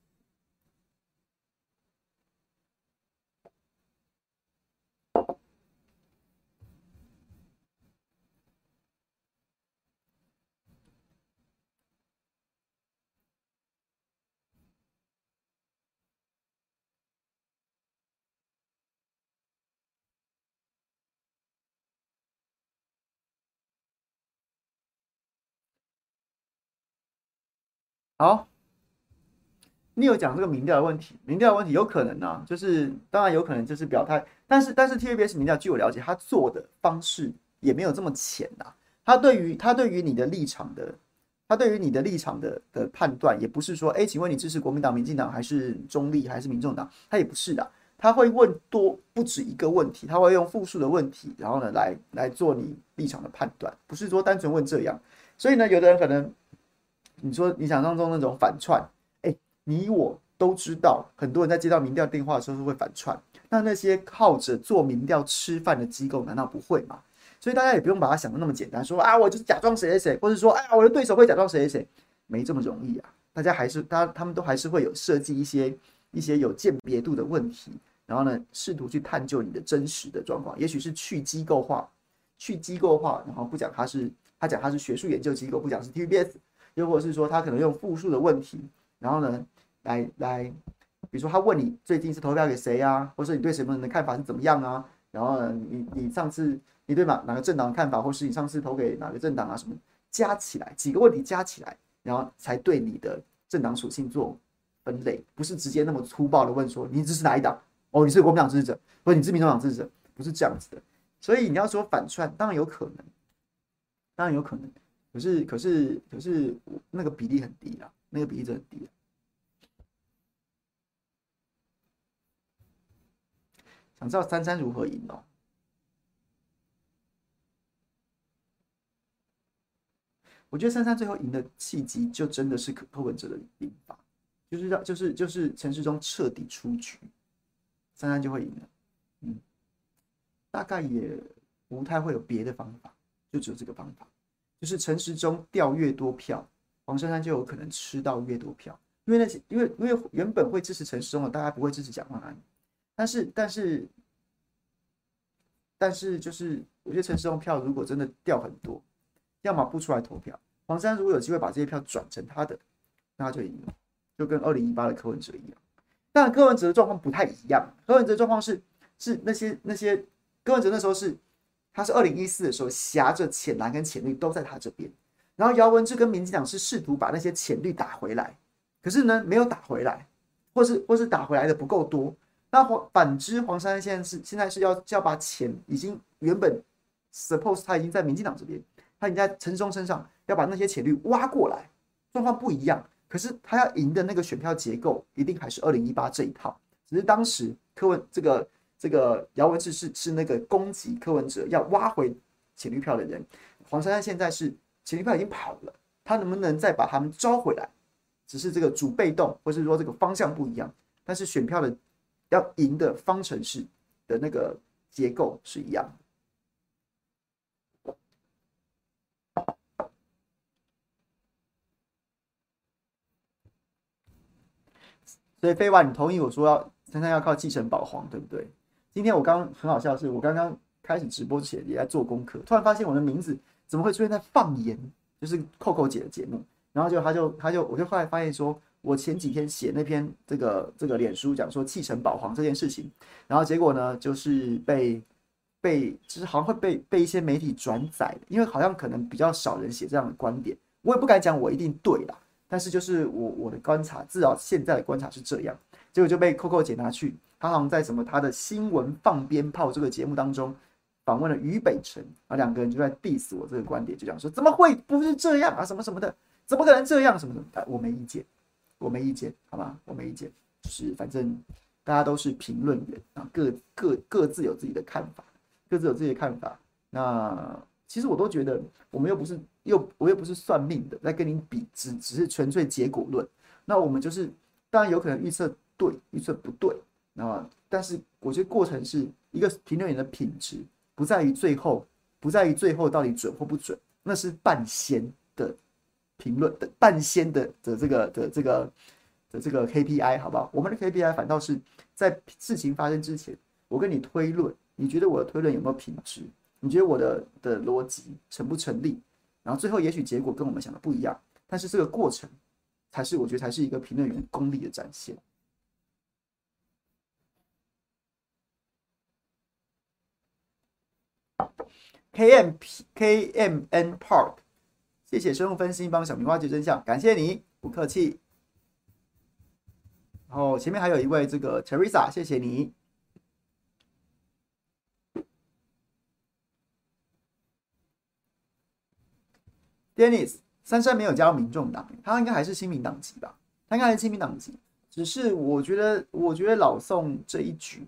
好，你有讲这个民调的问题，有可能啊，就是当然有可能就是表态，但是 TVBS 民调据我了解，他做的方式也没有这么浅呐、他对于你的立场的判断，也不是说，请问你支持国民党、民进党还是中立还是民众党？他也不是的，他会问不止一个问题，他会用复数的问题，然后呢来做你立场的判断，不是说单纯问这样。所以呢，有的人可能你说你想象中那种反串。你我都知道，很多人在接到民调电话的时候是会反串。那些靠着做民调吃饭的机构，难道不会吗？所以大家也不用把它想的那么简单，说啊，我就是假装谁谁谁，或者说，哎呀，我的对手会假装谁谁谁，没这么容易啊。他们都还是会有设计一些有鉴别度的问题，然后呢，试图去探究你的真实的状况，也许是去机构化，然后不讲他讲他是学术研究机构，不讲是 TVBS， 又或者是说他可能用复数的问题。然后呢，来，比如说他问你最近是投票给谁啊，或者你对什么人的看法是怎么样啊？然后呢，你上次你对哪个政党的看法，或是你上次投给哪个政党啊？什么加起来几个问题加起来，然后才对你的政党属性做分类，不是直接那么粗暴的问说你支持哪一党？哦，你是国民党支持者，或者你是民众党支持者，不是这样子的。所以你要说反串，当然有可能，可是那个比例很低啦。那个比例真的很低。想知道33如何赢哦？我觉得33最后赢的契机就真的是柯文哲的赢法，就是陈时中彻底出局，33就会赢了。大概也不太会有别的方法，就只有这个方法，就是陈时中掉越多票，黄珊珊就有可能吃到越多票，因为原本会支持陈时中的，大家不会支持蒋万安，但是就是我觉得陈时中票如果真的掉很多，要么不出来投票，黄珊珊如果有机会把这些票转成他的，那他就赢了，就跟2018的柯文哲一样。当然柯文哲的状况不太一样，柯文哲的状况是那些柯文哲那时候他是2014的时候挟着浅蓝跟浅绿都在他这边，然后姚文智跟民进党是试图把那些浅绿打回来， 可是呢没有打回来，或是打回来的不够多。那反之，黄珊珊现在是要把钱已经原本 suppose 他已经在民进党这边，他已经在陈时中身上，要把那些钱率挖过来，状况不一样。可是他要赢的那个选票结构，一定还是2018这一套。只是当时柯文这个姚文智是那个攻击柯文哲要挖回浅绿票的人，黄珊珊现在是浅绿票已经跑了，他能不能再把他们招回来？只是这个主被动，或是说这个方向不一样，但是选票的要赢的方程式的那个结构是一样的。所以飞娃，你同意我说珊珊要靠继承保皇，对不对？今天我刚很好笑的是，我刚刚开始直播之前也在做功课，突然发现我的名字怎么会出现在放言，就是扣扣姐的节目，然后我就后来发现说，我前几天写那篇这个脸书讲说继承保皇这件事情，然后结果呢就是被就是好像会被一些媒体转载，因为好像可能比较少人写这样的观点，我也不敢讲我一定对啦。但是就是我的观察，至少现在的观察是这样，结果就被 Coco 姐拿去，她好像在什么她的新闻放鞭炮这个节目当中访问了于北辰，啊，两个人就在 diss 我这个观点，就讲说怎么会不是这样啊，什么什么的，怎么可能这样，什么什么的，我没意见，我没意见，好吗？我没意见，就是反正大家都是评论员啊，各自有自己的看法，各自有自己的看法。那其实我都觉得，我们我又不是算命的，在跟你比，只是纯粹结果论。那我们就是当然有可能预测对，预测不对，但是我觉得过程是一个评论员的品质，不在于最后到底准或不准，那是半仙的评论的半仙的这个 KPI， 好不好？我们的 KPI 反倒是在事情发生之前，我跟你推论，你觉得我的推论有没有品质？你觉得我的逻辑成不成立？然后最后也许结果跟我们想的不一样，但是这个过程我觉得才是一个评论员功力的展现。KMN Park， 谢谢生物分析帮小明挖掘真相，感谢你，不客气。然后前面还有一位这个 Teresa， 谢谢你。Dennis， 珊珊没有加入民众党，他应该还是亲民党籍吧？他应该还是亲民党籍，只是我觉得老宋这一局，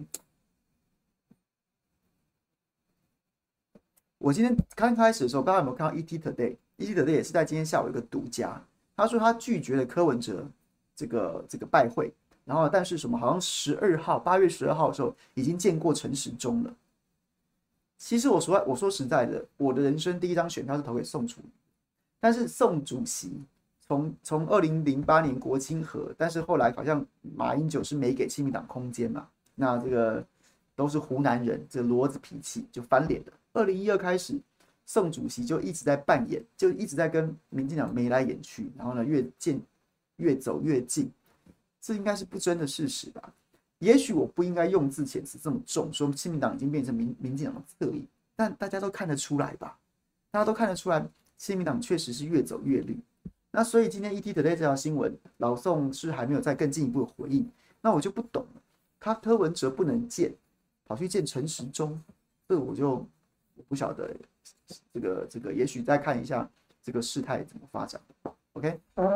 我今天刚开始的时候，不知道有没有看到 ET Today？ET Today 也是在今天下午有一个独家，他说他拒绝了柯文哲这个拜会，然后但是什么好像8月12号的时候已经见过陈时中了。其实我说实在的，我的人生第一张选票是投给宋楚瑜。但是宋主席从2008年国青河，但是后来好像马英九是没给亲民党空间嘛，那这个都是湖南人，这骡子脾气就翻脸了。2012开始，宋主席就一直在扮演，就一直在跟民进党眉来眼去，然后呢越走越近，这应该是不争的事实吧？也许我不应该用字遣词这么重，说亲民党已经变成民进党的侧翼，但大家都看得出来吧？大家都看得出来。亲民党确实是越走越绿，那所以今天 ET Today 这条新闻，老宋是还没有再更进一步的回应，那我就不懂了，他柯文哲不能见，跑去见陈时中，这我不晓得，这个也许再看一下这个事态怎么发展 ，OK？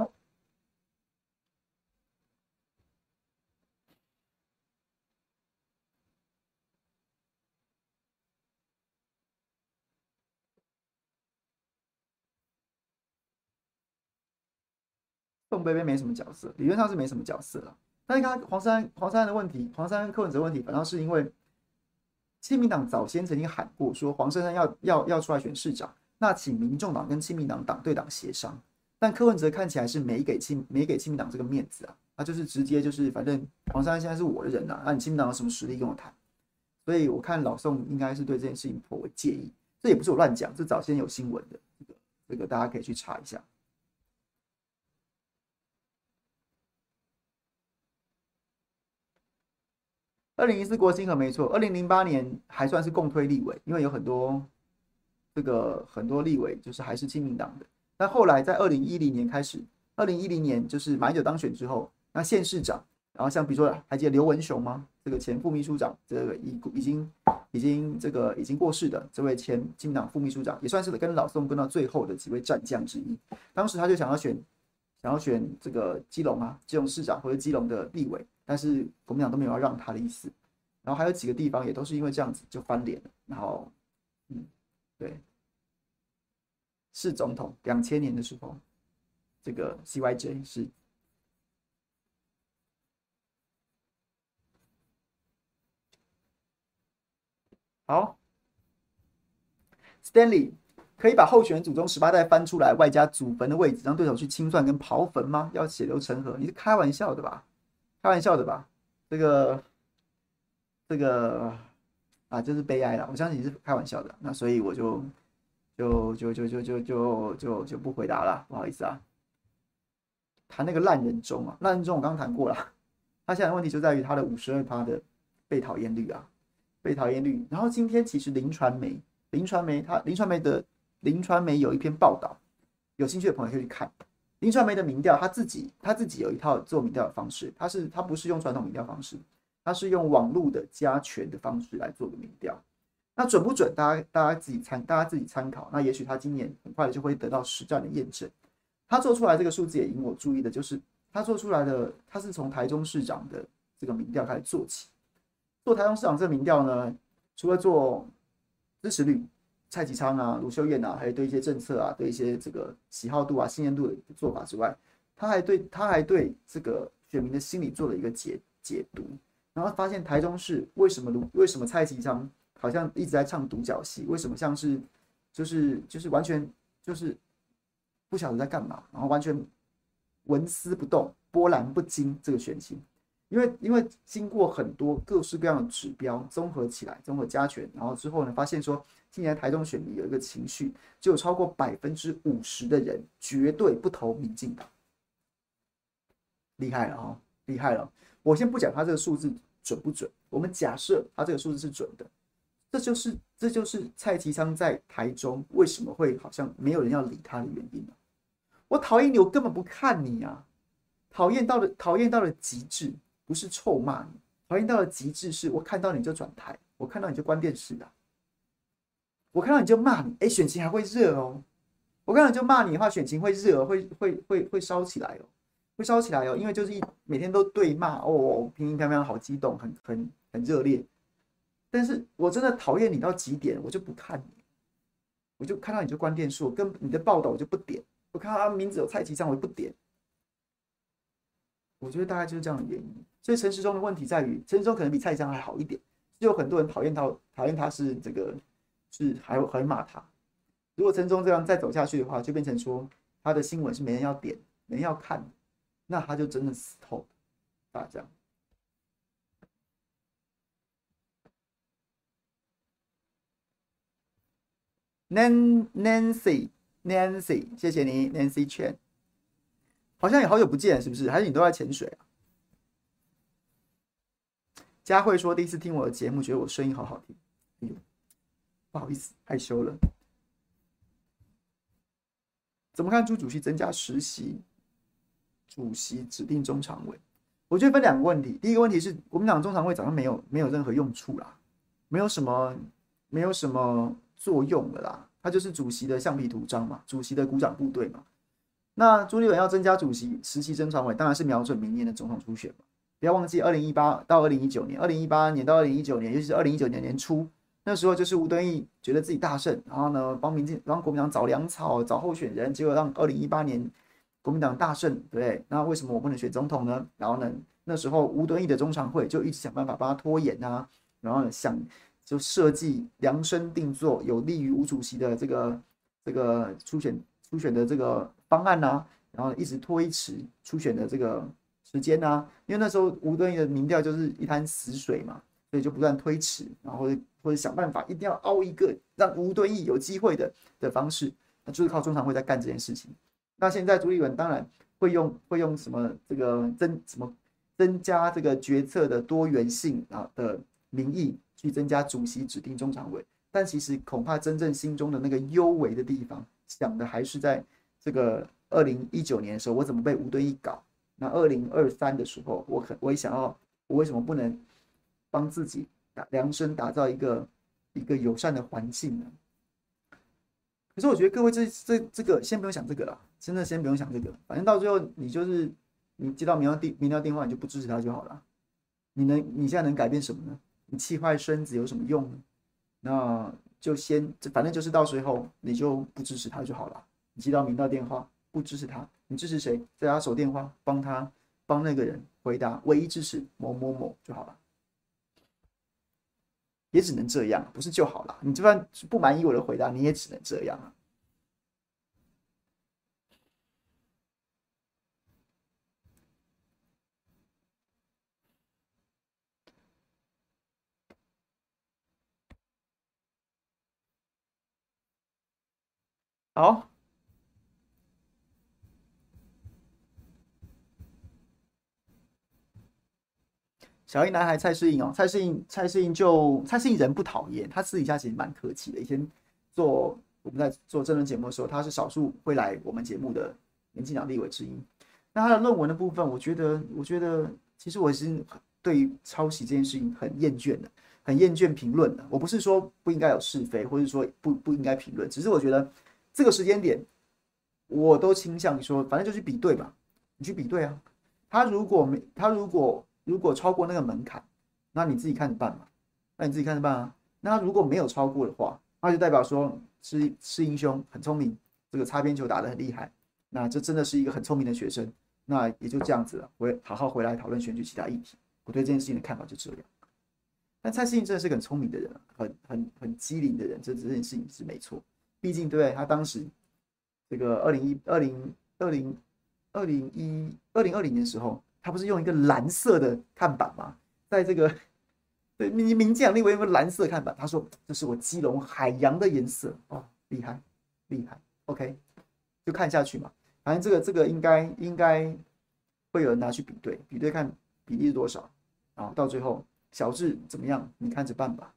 宋贝贝没什么角色，理论上是没什么角色了。但是看黄珊的问题，黄珊柯文哲的问题，反倒是因为亲民党早先曾经喊过说黄珊珊要出来选市长，那请民众党跟亲民党党对党协商。但柯文哲看起来是没给亲民党这个面子啊，他就是直接就是反正黄珊珊现在是我的人啊，那你亲民党有什么实力跟我谈？所以我看老宋应该是对这件事情颇为介意，这也不是我乱讲，这早先有新闻的，这个大家可以去查一下。2014国兴和没错，2008年还算是共推立委，因为有很多立委就是还是亲民党的。但后来在2010年开始， 2010年就是马英九当选之后，那县市长，然后像比如说还记得刘文雄吗？这个前副秘书长，这个已经过世的这位前进党副秘书长，也算是跟老宋跟到最后的几位战将之一。当时他就想要选这个基隆啊，基隆市长或者基隆的立委，但是国民党都没有要让他的意思。然后还有几个地方也都是因为这样子就翻脸了。然后，对，是总统2000年的时候，这个 CYJ 是。好 ，Stanley 可以把候选人祖宗18代翻出来，外加祖坟的位置，让对手去清算跟刨坟吗？要血流成河？你是开玩笑的吧？开玩笑的吧？这个啊，就是悲哀了。我相信你是开玩笑的，那所以我就不回答了，不好意思啊。谈那个烂人中啊，烂人中我刚刚谈过了，他现在的问题就在于他的52%的被讨厌率啊。被讨厌率。然后今天其实林传媒有一篇报道，有兴趣的朋友可以去看。林传媒的民调，他自己有一套做民调的方式，他不是用传统民调方式，他是用网络的加权的方式来做个民调。那准不准？大家自己参考。那也许他今年很快的就会得到实战的验证。他做出来这个数字也引我注意的，就是他做出来的，他是从台中市长的这个民调开始做起。做台中市长这个民调呢，除了做支持率、蔡其昌啊、卢秀燕啊，还有对一些政策啊、对一些这个喜好度啊、信任度的做法之外，他还对这个选民的心理做了一个解读，然后发现台中市为什么蔡其昌好像一直在唱独角戏，为什么像是就是完全就是不晓得在干嘛，然后完全纹丝不动、波澜不惊这个选情。因为经过很多各式各样的指标综合起来，综合加权，然后之后呢，发现说，今年台中选民有一个情绪，就有超过50%的人绝对不投民进党，厉害了哦，厉害了！我先不讲他这个数字准不准，我们假设他这个数字是准的，这就是蔡其昌在台中为什么会好像没有人要理他的原因啊！我讨厌你，我根本不看你啊，讨厌到了极致。不是臭骂你，讨厌到了极致是我看到你就转台，我看到你就关电视啊，我看到你就骂你，选情还会热哦，我看到你就骂你的话，选情会热，会烧起来哦，会烧起来哦，因为就是每天都对骂哦，平平常常好激动，很热烈，但是我真的讨厌你到极点，我就不看你，我就看到你就关电视，我跟你的报道我就不点，我看到他名字有蔡其昌我就不点。我觉得大概就是这样的原因，所以陈时中的问题在于，陈时中可能比蔡其昌还好一点，就有很多人讨厌他是这个还会骂他。如果陈时中这样再走下去的话，就变成说他的新闻是没人要点、没人要看，那他就真的死透了。大家，Nancy，谢谢你 ，Nancy Chen。好像也好久不见，是不是？还是你都在潜水啊？佳慧说第一次听我的节目，觉得我声音好好听。哎呦，不好意思，害羞了。怎么看朱主席增加实习主席指定中常委？我觉得分两个问题。第一个问题是国民党中常委早上没有任何用处啦，没有什么作用了啦。他就是主席的橡皮图章嘛，主席的鼓掌部队嘛。那朱立伦要增加主席实习中常委，当然是瞄准明年的总统初选嘛。不要忘记2018到2019年，2018年到2019年，尤其是2019年年初，那时候就是吴敦义觉得自己大胜，然后呢帮国民党找粮草、找候选人，结果让2018年国民党大胜，对不对？那为什么我不能选总统呢？然后呢，那时候吴敦义的中常会就一直想办法帮他拖延啊，然后呢就设计量身定做有利于吴主席的这个初选的这个方案啊，然后一直推迟初选的这个时间啊，因为那时候吴敦义的民调就是一滩死水嘛，所以就不断推迟，然后或者想办法一定要凹一个让吴敦义有机会的方式，那就是靠中常会在干这件事情。那现在朱立伦当然会用什么这个增加这个决策的多元性啊的名义去增加主席指定中常委，但其实恐怕真正心中的那个幽微的地方，想的还是在这个 2019年的时候，我怎么被吴敦义搞？那2023的时候，我也想要，我为什么不能帮自己量身打造一个友善的环境呢？可是我觉得各位这个先不用想这个了，真的先不用想这个，反正到最后你就是你接到民调电话，你就不支持他就好了。你现在能改变什么呢？你气坏身子有什么用呢？那就反正就是到时候你就不支持他就好了。你接到民调电话不支持他，你支持谁？在他手电话帮那个人回答，唯一支持某某某就好了。也只能这样，不是就好了。你就算不满意我的回答，你也只能这样啊。好，小一男孩蔡适应哦，蔡适应人不讨厌，他私底下其实蛮客气的。以前我们在做真人节目的时候，他是少数会来我们节目的民进党立委之一。那他的论文的部分，我觉得其实我是对于抄袭这件事情很厌倦的，很厌倦评论的。我不是说不应该有是非，或者说不应该评论，只是我觉得这个时间点，我都倾向于说，反正就去比对吧，你去比对啊。他如果超过那个门槛，那你自己看着办嘛。那你自己看着办啊。那如果没有超过的话，那就代表说是英雄很聪明，这个擦边球打得很厉害。那这真的是一个很聪明的学生。那也就这样子了，好好回来讨论选举其他议题。我对这件事情的看法就这样。但蔡适应真的是个很聪明的人，很机灵的人，这件事情是没错。毕竟对他当时这个2020年的时候，他不是用一个蓝色的看板吗？在这个对民进党立委用个蓝色看板，他说这是我基隆海洋的颜色哦，厉害厉害。OK，就看下去嘛，反正这个应该会有人拿去比对看比例是多少啊，到最后小智怎么样，你看着办吧。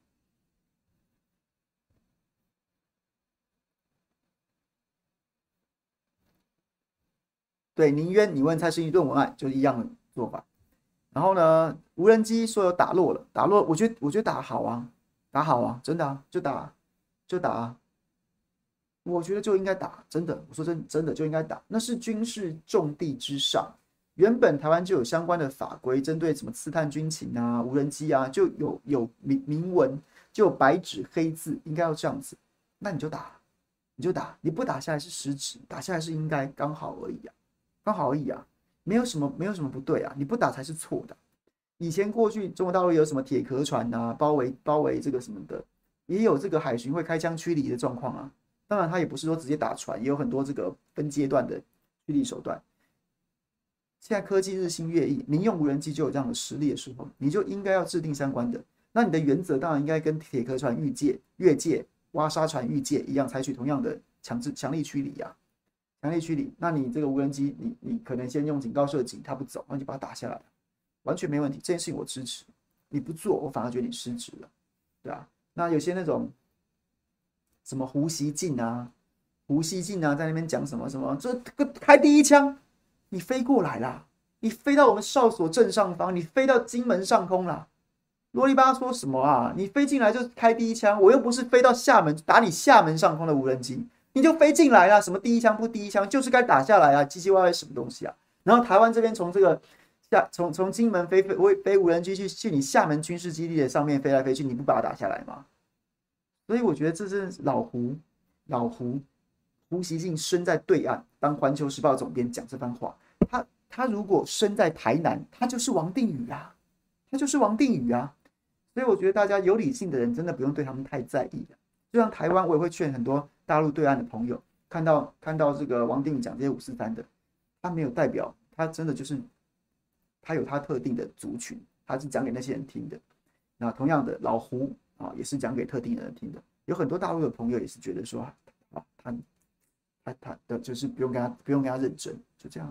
对，宁渊，你问蔡适应论文案就是一样的做法。然后呢，无人机说有打落了，打落，我觉得打好啊，打好啊，真的啊，就打啊，我觉得就应该打，真的，我说真的就应该打，那是军事重地之上。原本台湾就有相关的法规，针对什么刺探军情啊、无人机啊，就有明文，就有白纸黑字，应该要这样子。那你就打，你就打，你不打下来是失职，打下来是应该，刚好而已啊，刚好而已啊，没有什么不对啊，你不打才是错的。以前过去中国大陆有什么铁壳船啊，包围这个什么的，也有这个海巡会开枪驱离的状况啊。当然，他也不是说直接打船，也有很多这个分阶段的驱离手段。现在科技日新月异，民用无人机就有这样的实力的时候，你就应该要制定相关的。那你的原则当然应该跟铁壳船越界、挖沙船越界一样，采取同样的强力驱离啊，强力驱离。那你这个无人机，你可能先用警告射击，它不走，那你就把它打下来，完全没问题。这件事情我支持，你不做，我反而觉得你失职了，对啊。那有些那种什么胡锡进啊，在那边讲什么什么，这个开第一枪，你飞过来啦，你飞到我们哨所正上方，你飞到金门上空啦，啰里吧嗦什么啊？你飞进来就开第一枪，我又不是飞到厦门打你厦门上空的无人机，你就飞进来啦，什么第一枪不第一枪，就是该打下来啊，唧唧歪歪什么东西啊？然后台湾这边从这个从金门飞无人机去你厦门军事基地的上面飞来飞去，你不把它打下来吗？所以我觉得这是胡锡进身在对岸当《环球时报》总编讲这番话，他如果身在台南，他就是王定宇啊，他就是王定宇啊。所以我觉得大家有理性的人真的不用对他们太在意了。就像台湾，我也会劝很多大陆对岸的朋友，看到这个王定宇讲这些543的，他没有代表，他真的就是他有他特定的族群，他是讲给那些人听的。那同样的，老胡啊，也是讲给特定的人听的。有很多大陆的朋友也是觉得说，啊，他的就是不用跟他认真，就这样。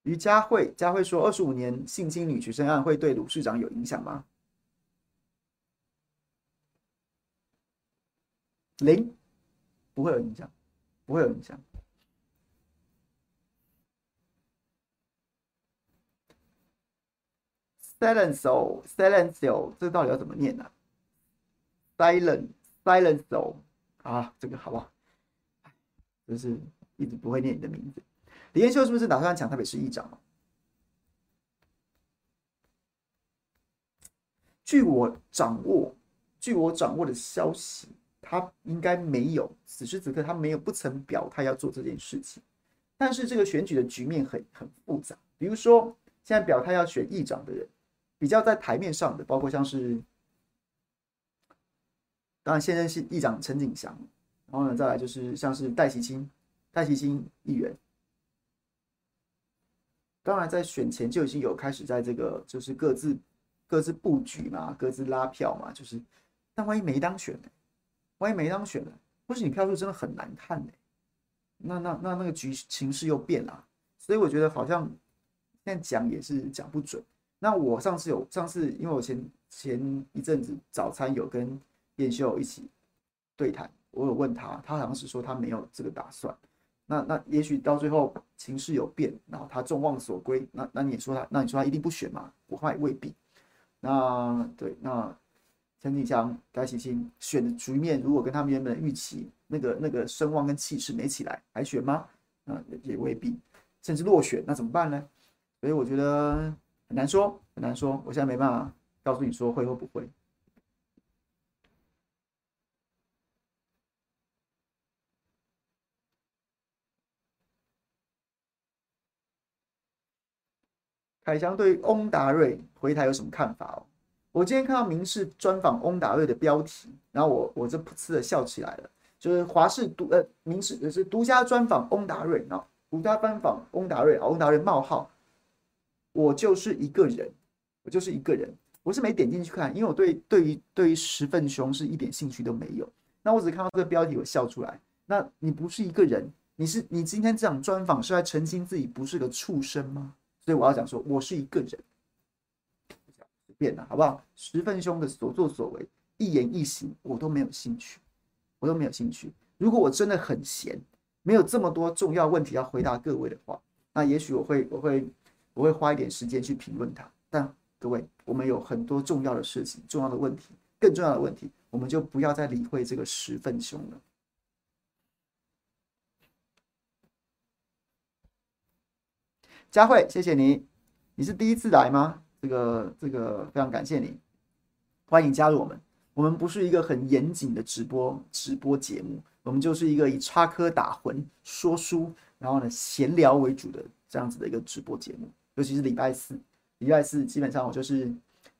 于佳慧说，25年性侵女学生案会对鲁市长有影响吗？零，不会有影响，不会有影响。Silencio，这到底要怎么念呢、？Silencio 啊，这个好不好？就是一直不会念你的名字。李彦秀是不是打算抢台北市议长？据我掌握的消息，他应该没有，此时此刻他没有不曾表态要做这件事情。但是这个选举的局面很复杂，比如说现在表态要选议长的人，比较在台面上的，包括像是，当然现任是议长陈景祥，然后呢再来就是像是戴琪卿议员，当然在选前就已经有开始在这个就是各自布局嘛，各自拉票嘛，就是，但万一没当选呢？万一没当选了，或是你票数真的很难看呢？那个情势又变了，所以我觉得好像现在讲也是讲不准。那我上次，因为我前一阵子早餐有跟彦秀一起对谈，我有问他，他好像是说他没有这个打算。那也许到最后情势有变，然后他众望所归，那你说他一定不选吗？我看也未必。那陈景祥、戴琪卿选的局面，如果跟他们原本的预期那个声望跟气势没起来，还选吗？也未必，甚至落选，那怎么办呢？所以我觉得很难说，很难说。我现在没办法告诉你说会或不会。凯翔对翁达瑞回台有什么看法哦？我今天看到民视专访翁达瑞的标题，然后我这噗嗤的笑起来了。就是华视民视就是独家专访翁达瑞，然后独家专访翁达瑞，翁达瑞冒号，我就是一个人，我就是一个人。我是没点进去看，因为我对于十份凶是一点兴趣都没有。那我只看到这个标题，我笑出来。那你不是一个人，你今天这场专访是在澄清自己不是个畜生吗？所以我要讲说，我是一个人。变了，好不好？十份凶的所作所为，一言一行，我都没有兴趣，我都没有兴趣。如果我真的很闲，没有这么多重要问题要回答各位的话，那也许我会花一点时间去评论它。但各位，我们有很多重要的事情、重要的问题、更重要的问题，我们就不要再理会这个十份凶了。佳慧，谢谢你，你是第一次来吗？这个非常感谢你，欢迎加入我们。我们不是一个很严谨的直播节目，我们就是一个以插科打诨、说书，然后呢闲聊为主的这样子的一个直播节目。尤其是礼拜四基本上我就是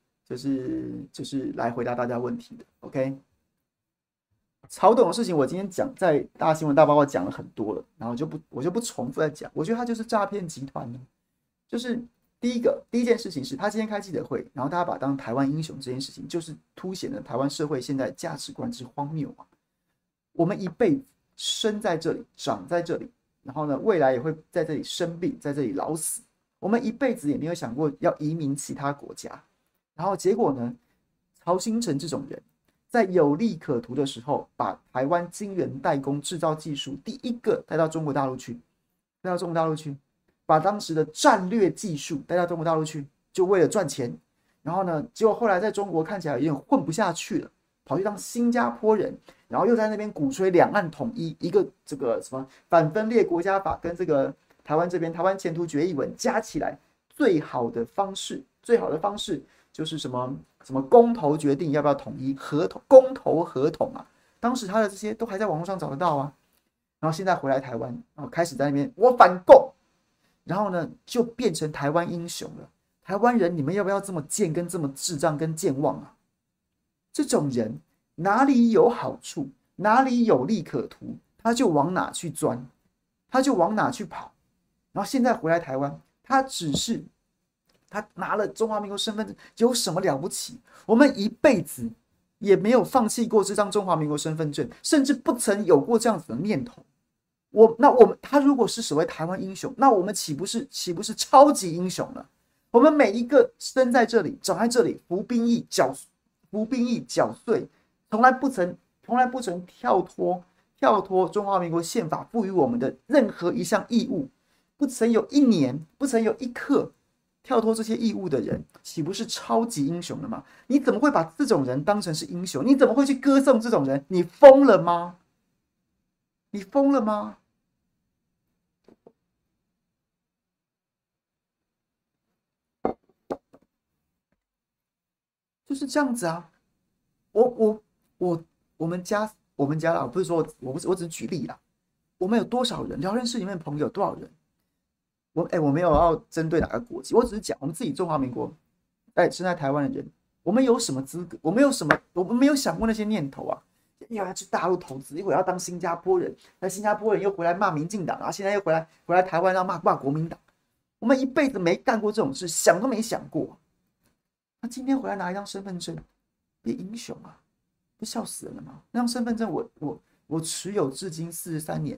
来回答大家问题的。OK， 曹董的事情我今天讲在大新闻大报告讲了很多了，然后我就不重复再讲。我觉得他就是诈骗集团呢，就是第一件事情是他今天开记者会，然后大家把他当台湾英雄这件事情，就是凸显了台湾社会现在价值观之荒谬啊！我们一辈子生在这里，长在这里，然后呢，未来也会在这里生病，在这里老死。我们一辈子也没有想过要移民其他国家，然后结果呢，曹兴诚这种人，在有利可图的时候，把台湾晶圆代工制造技术第一个带到中国大陆去，把当时的战略技术带到中国大陆去，就为了赚钱。然后呢，结果后来在中国看起来有点混不下去了，跑去当新加坡人，然后又在那边鼓吹两岸统一，一个这个什么反分裂国家法跟这个台湾这边台湾前途决议文加起来，最好的方式就是什么公投决定要不要统一，公投合同啊，当时他的这些都还在网络上找得到啊。然后现在回来台湾，然后开始在那边我反共。然后呢，就变成台湾英雄了。台湾人，你们要不要这么贱、跟这么智障、跟健忘啊？这种人哪里有好处，哪里有利可图，他就往哪去钻，他就往哪去跑。然后现在回来台湾，他拿了中华民国身份证，有什么了不起？我们一辈子也没有放弃过这张中华民国身份证，甚至不曾有过这样子的念头。 他如果是所谓台湾英雄，那我们岂不是超级英雄了？我们每一个生在这里、长在这里、服兵役缴税，从来不曾跳脱中华民国宪法赋予我们的任何一项义务，不曾有一年，不曾有一刻跳脱这些义务的人，岂不是超级英雄了吗？你怎么会把这种人当成是英雄？你怎么会去歌颂这种人？你疯了吗？你疯了吗？就是这样子啊！我们家啦，不是说我只是举例啦。我们有多少人？聊天室里面朋友有多少人？我没有要针对哪个国籍，我只是讲我们自己中华民国，生在台湾的人，我们有什么资格？我们没有想过那些念头啊！又要去大陆投资，一会儿要当新加坡人，那新加坡人又回来骂民进党啊，现在又回来台湾要骂国民党。我们一辈子没干过这种事，想都没想过。他今天回来拿一张身份证，别英雄啊！不笑死人了吗？那张身份证我持有至今43年，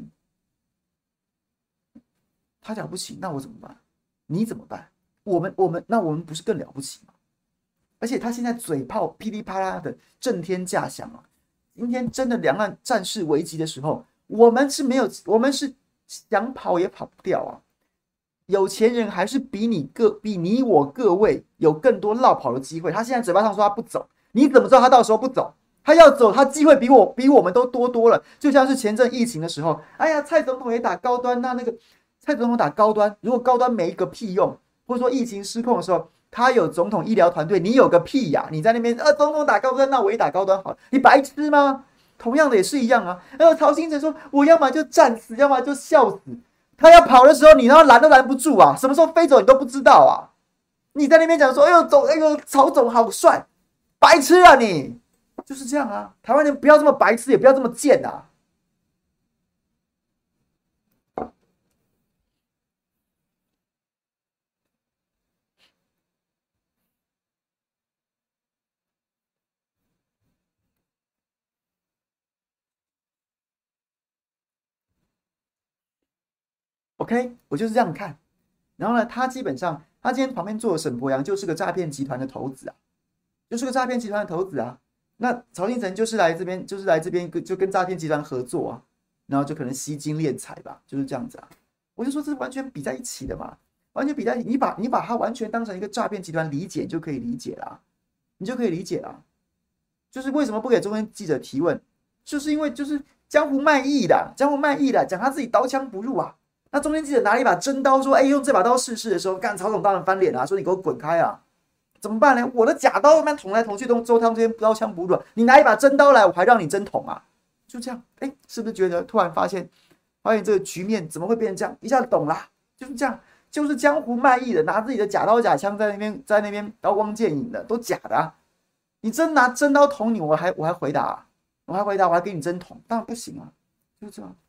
他了不起，那我怎么办？你怎么办？那我们不是更了不起吗？而且他现在嘴炮噼里啪啦的震天价响啊！今天真的两岸战事危急的时候，我们是想跑也跑不掉啊！有钱人还是比你我各位有更多落跑的机会。他现在嘴巴上说他不走，你怎么知道他到时候不走？他要走，他机会比我们都多了。就像是前阵疫情的时候，哎呀，蔡总统也打高端，那个蔡总统打高端，如果高端没一个屁用，或者说疫情失控的时候，他有总统医疗团队，你有个屁呀！你在那边总统打高端，那我也打高端好了，你白痴吗？同样的也是一样啊。曹兴诚说，我要么就战死，要么就笑死。他要跑的时候，你让他拦都拦不住啊！什么时候飞走你都不知道啊！你在那边讲说，哎呦，曹总好帅，白痴啊你！就是这样啊，台湾人不要这么白痴，也不要这么贱啊！OK， 我就是这样看。然后呢，他基本上，他今天旁边坐的沈博阳就是个诈骗集团的头子啊，就是个诈骗集团的头子啊。那曹兴诚就是来这边就跟诈骗集团合作啊，然后就可能吸金敛财吧，就是这样子啊。我就说这完全比在一起的嘛，完全比在一起。你把它完全当成一个诈骗集团理解，就可以理解啦，你就可以理解啦。就是为什么不给中间记者提问，就是因为就是江湖卖艺的，讲他自己刀枪不入啊。那中间记者拿了一把真刀说：“用这把刀试试的时候，干曹总当然翻脸啊，说你给我滚开啊！怎么办呢？我的假刀慢慢捅来捅去，周汤这边刀枪不入，你拿一把真刀来，我还让你真捅啊？就这样，是不是觉得突然发现这个局面怎么会变成这样？一下懂啦，就是这样，就是江湖卖艺的，拿自己的假刀假枪在那边刀光剑影的，都假的啊！你真拿真刀捅你，我还回答啊，我还给你真捅，当然不行啊，就这样。”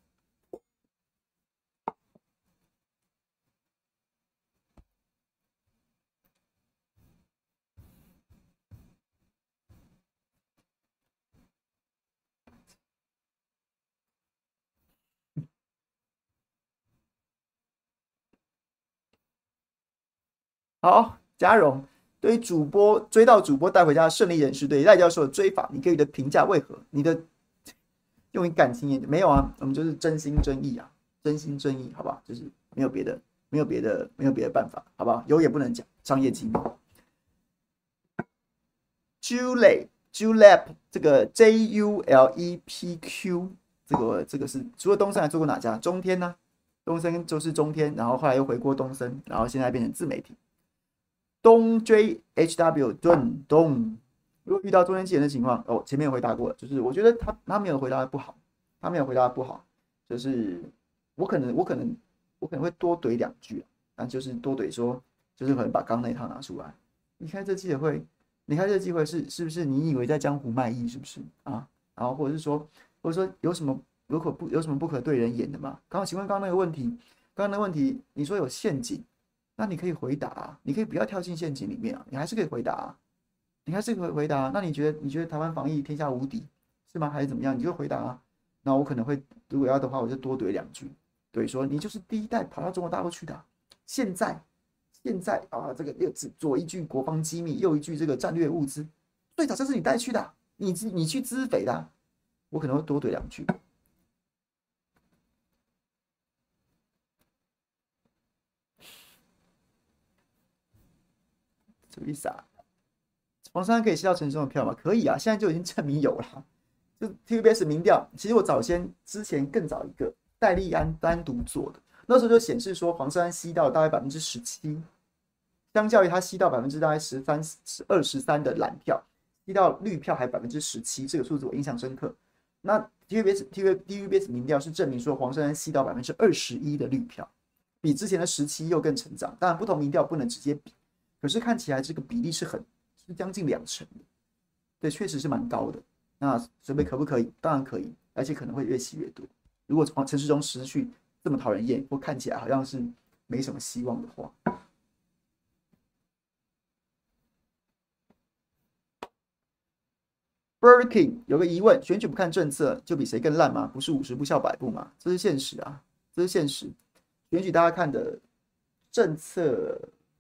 好，嘉荣，对于追到主播带回家的胜利人士，对赖教授的追法，你给予的评价为何？你的用于感情研究没有啊？我们就是真心真意啊，真心真意，好不好？就是没有别的办法，好不好？有也不能讲商业机密。Julep 这个 JULEPQ 这个是除了东森还做过哪家？中天呢？东森就是中天，然后后来又回过东森，然后现在变成自媒体。东 JHW 东，如果遇到中间记者的情况，前面有回答过了，就是我觉得他没有回答的不好，就是我可能会多怼2句，但就是多怼说，就是可能把刚那一套拿出来。你开这记者会，是不是你以为在江湖卖艺是不是啊？然后或者说有什么不可对人言的吗？请问刚刚那个问题，你说有陷阱。那你可以回答啊，你可以不要跳进陷阱里面啊，你还是可以回答啊，那你觉得台湾防疫天下无敌是吗？还是怎么样？你就回答啊。 那我可能会如果要的话，我就多怼两句，对，说你就是第一代跑到中国大陆去的，现在啊，这个左一句国防机密，右一句这个战略物资，最早就是你带去的，你去资匪的，我可能会多怼两句。什么意思啊？黄珊珊可以吸到陈时中的票吗？可以啊，现在就已经证明有了。就 TVBS 民调，其实我之前更早一个戴立安单独做的，那时候就显示说黄珊珊吸到大概17%，相较于他吸到大概13%、13%的蓝票，吸到绿票还17%，这个数字我印象深刻。那 TVBS 民调是证明说黄珊珊吸到21%的绿票，比之前的17又更成长。当然不同民调不能直接比，可是看起来这个比例是将近2成的，对，确实是蛮高的。那水北可不可以？当然可以，而且可能会越吸越多。如果陈时中持续这么讨人厌，或看起来好像是没什么希望的话。Burger King 有个疑问：选举不看政策，就比谁更烂吗？不是50步笑100步吗？这是现实啊，这是现实。选举大家看的政策，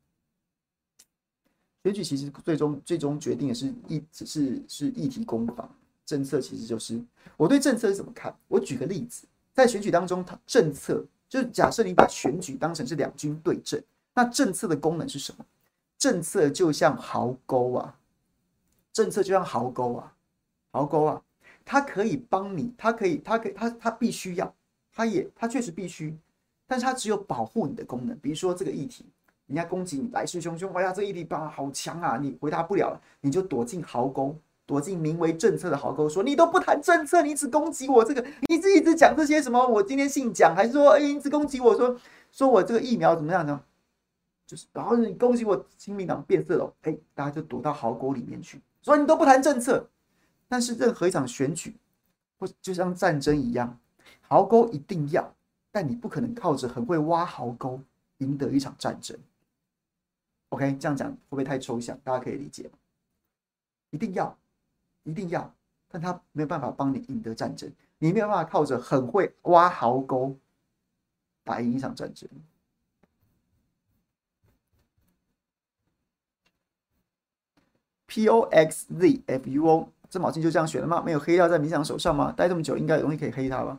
选举其实最终决定的是议题攻防，政策其实就是我对政策是怎么看。我举个例子，在选举当中，政策就是假设你把选举当成是两军对阵，那政策的功能是什么？政策就像壕沟啊，政策就像壕沟啊。壕沟啊，它可以帮你，它必须要，它确实必须，但是它只有保护你的功能。比如说这个议题，人家攻击你来势汹汹，哎呀，这个议题好强啊，你回答不了了，你就躲进壕沟，躲进名为政策的壕沟，说你都不谈政策，你只攻击我这个，你一直讲这些什么，我今天姓蒋，还是说，你一直攻击我说我这个疫苗怎么样呢？就是然后你攻击我亲民党变色龙，大家就躲到壕沟里面去，说你都不谈政策。但是任何一场选举，或就像战争一样，壕沟一定要，但你不可能靠着很会挖壕沟赢得一场战争。OK， 这样讲会不会太抽象？大家可以理解吗？一定要，但他没有办法帮你赢得战争，你没有办法靠着很会挖壕沟打赢一场战争。POXZFUO。郑宝清就这样选了吗？没有黑料在民进党手上吗？待这么久，应该有东西可以黑他吧？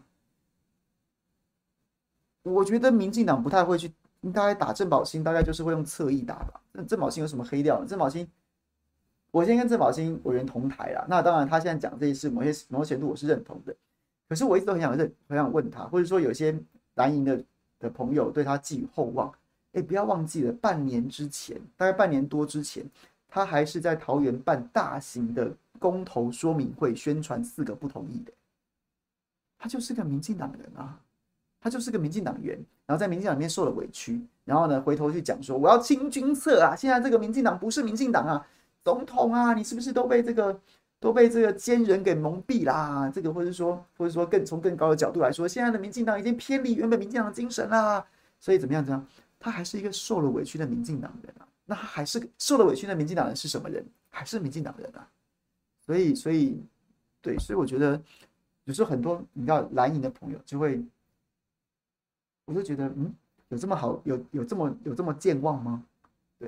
我觉得民进党不太会去，大概打郑宝清，大概就是会用侧翼打吧。那郑宝清有什么黑料呢？郑宝清，我先跟郑宝清委员同台啦。那当然，他现在讲这些事，某些程度我是认同的。可是我一直都很想问他，或者说有些蓝营的朋友对他寄予厚望。不要忘记了，大概半年多之前，他还是在桃园办大型的公投说明会，宣传4个不同意的。他就是个民进党人啊，他就是个民进党员，然后在民进党里面受了委屈，然后呢回头去讲说我要清君侧啊，现在这个民进党不是民进党啊，总统啊，你是不是都被这个奸人给蒙蔽啦？这个或者说从更高的角度来说，现在的民进党已经偏离原本民进党的精神啦，所以怎么样？他还是一个受了委屈的民进党人啊。那他还是受了委屈的民进党人是什么人？还是民进党人啊。所以我觉得有时候很多你知道蓝营的朋友就会，我就觉得有这么好，有这么健忘吗？对。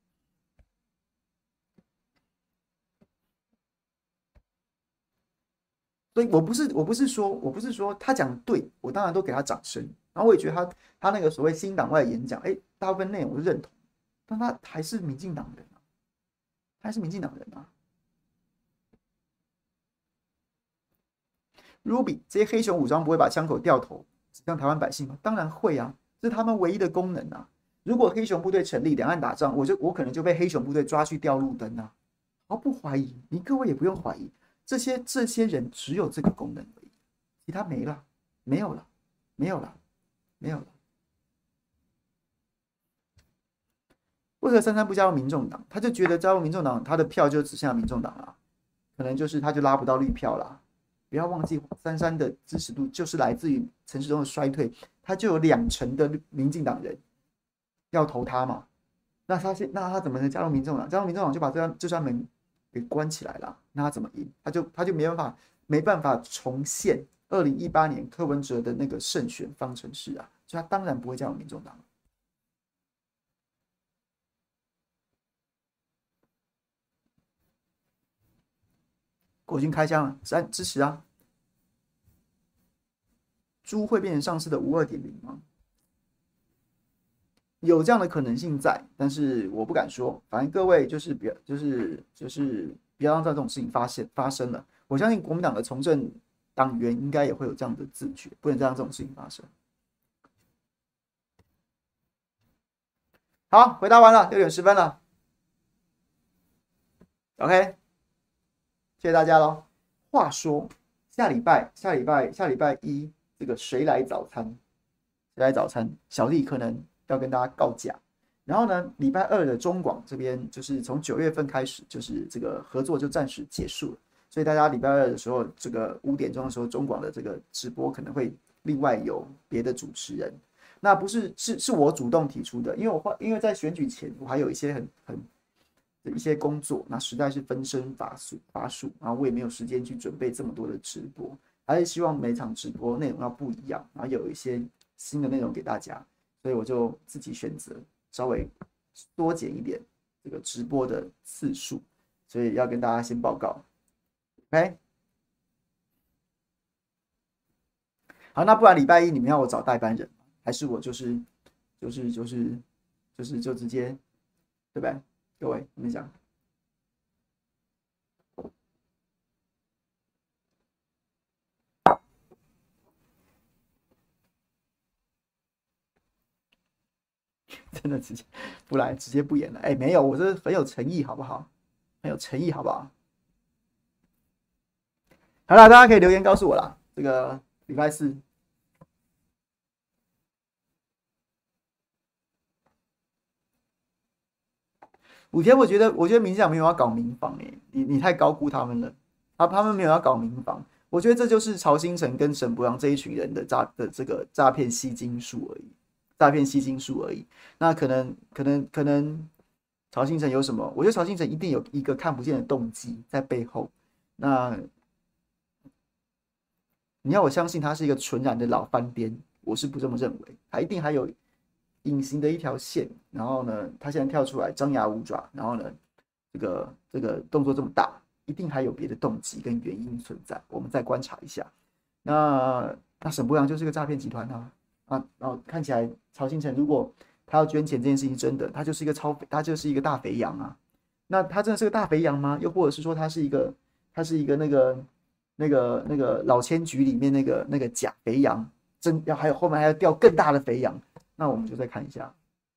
所以我不是说他讲对，我当然都给他掌声。然后我也觉得他那个所谓新党外演讲，大部分内容我是认同，但他还是民进党人啊，他还是民进党人啊。Ruby 这些黑熊武装不会把枪口掉头指向台湾百姓吗？当然会啊，这是他们唯一的功能啊。如果黑熊部队成立，两岸打仗，我可能就被黑熊部队抓去吊路灯啊。毫不怀疑，你各位也不用怀疑，这些人只有这个功能而已，其他没了，没有了。为何珊珊不加入民众党？他就觉得加入民众党，他的票就只剩下民众党了，可能就是他就拉不到绿票啦。不要忘记，珊珊的支持度就是来自于陈时中的衰退，他就有2成的民进党人要投他嘛。那他怎么能加入民众党？加入民众党就把这扇门给关起来了，那他怎么赢？他就没办法重现 2018年柯文哲的那个胜选方程式啊，所以他当然不会加入民众党。国军开枪了，支持啊！猪会变成上次的52.0吗？有这样的可能性在，但是我不敢说。反正各位就是不要让这种事情发生了。我相信国民党的从政党员应该也会有这样的自觉，不能再让这种事情发生。好，回答完了，6:10了。OK， 谢谢大家喽。话说下礼拜一这个谁来早餐？小弟可能要跟大家告假。然后呢，礼拜二的中广这边就是从9月份开始，就是这个合作就暂时结束了。所以大家礼拜二的时候，这个5点钟的时候，中广的这个直播可能会另外有别的主持人。那不是我主动提出的，因为在选举前我还有一些一些工作，那实在是分身乏术，然后我也没有时间去准备这么多的直播，还是希望每场直播内容要不一样，然后有一些新的内容给大家，所以我就自己选择稍微多减一点这个直播的次数，所以要跟大家先报告。OK， 好，那不然礼拜一你们要我找代班人，还是我就直接，对不对？各位，你们讲。真的直接不来，直接不演了。哎，没有，我这很有诚意，好不好？很有诚意，好不好？好了，大家可以留言告诉我啦。这个礼拜四5天，我觉得民进党没有要搞民防你太高估他们了啊！他们没有要搞民防，我觉得这就是曹兴诚跟沈伯洋这一群人的这个诈骗吸金术而已。那可能曹兴诚有什么？我觉得曹兴诚一定有一个看不见的动机在背后。那你要我相信他是一个纯然的老翻颠，我是不这么认为，他一定还有隐形的一条线。然后呢，他现在跳出来张牙舞爪，然后呢，这个动作这么大，一定还有别的动机跟原因存在，我们再观察一下。那沈伯洋就是个诈骗集团啊。然后看起来曹兴诚如果他要捐钱这件事情真的，他就是一个大肥羊啊。那他真的是个大肥羊吗？又或者是说他是一个那个老千局里面那个假肥羊，还有后面还要钓更大的肥羊？那我们就再看一下。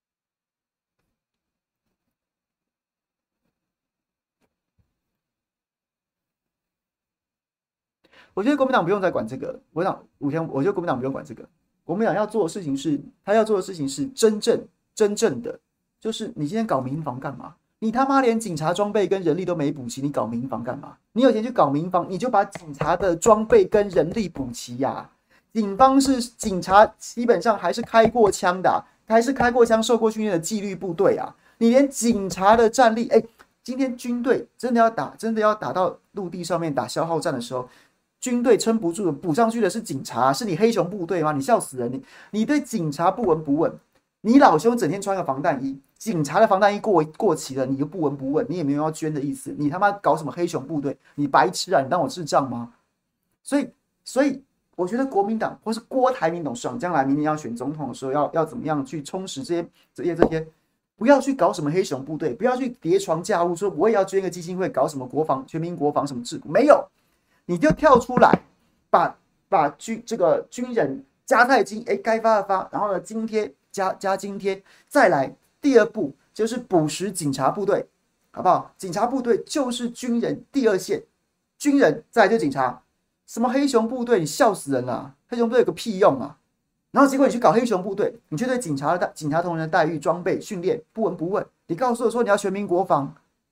我觉得国民党不用再管这个，我觉得国民党不用管这个。国民党要做的事情是，真正的，就是你今天搞民防干嘛？你他妈连警察装备跟人力都没补齐，你搞民防干嘛？你有钱去搞民防，你就把警察的装备跟人力补齐呀。警察基本上还是开过枪的还是开过枪、受过训练的纪律部队啊。你连警察的战力，今天军队真的要打到陆地上面打消耗战的时候，军队撑不住，补上去的是警察，是你黑熊部队吗？你笑死人！你对警察不闻不问，你老兄整天穿个防弹衣，警察的防弹衣过期了，你又不闻不问，你也没有要捐的意思，你他妈搞什么黑熊部队？你白痴啊！你当我智障吗？所以我觉得国民党或是郭台铭董事长将来明年要选总统的时候，要怎么样去充实这些，不要去搞什么黑熊部队，不要去叠床架屋，说我也要捐一个基金会，搞什么全民国防什么制度，没有。你就跳出来，把这个军人加太金，该发的发，然后呢津贴加津贴，再来第二步就是补实警察部队，好不好？警察部队就是军人第二线，军人再来就警察，什么黑熊部队，你笑死人了！黑熊部队有个屁用啊！然后结果你去搞黑熊部队，你却对警察同仁的待遇、装备、训练不闻不问，你告诉我说你要全民国防。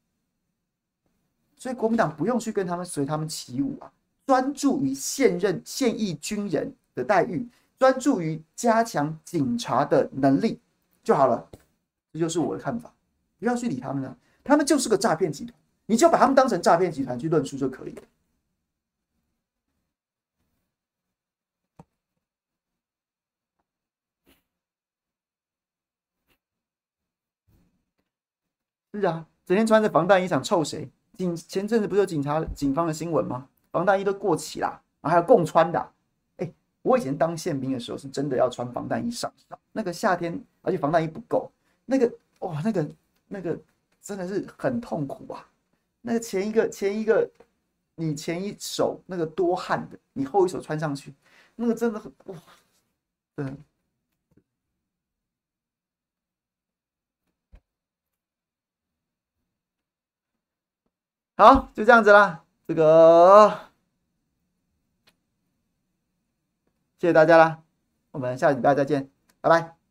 所以国民党不用去跟他们随他们起舞啊，专注于现役军人的待遇，专注于加强警察的能力就好了。这就是我的看法，不要去理他们了，他们就是个诈骗集团，你就把他们当成诈骗集团去论述就可以了。 是啊，整天穿着防弹衣想臭谁？前阵子不是有警方的新闻吗？防弹衣都过期啦，然后还有共穿的、我以前当宪兵的时候是真的要穿防弹衣上场，那个夏天，而且防弹衣不够，那个哇，那个真的是很痛苦啊。那个前一个，你前一手那个多汗的，你后一手穿上去，那个真的很哇，真的。好，就这样子啦。这个谢谢大家啦，我们下礼拜再见，拜拜。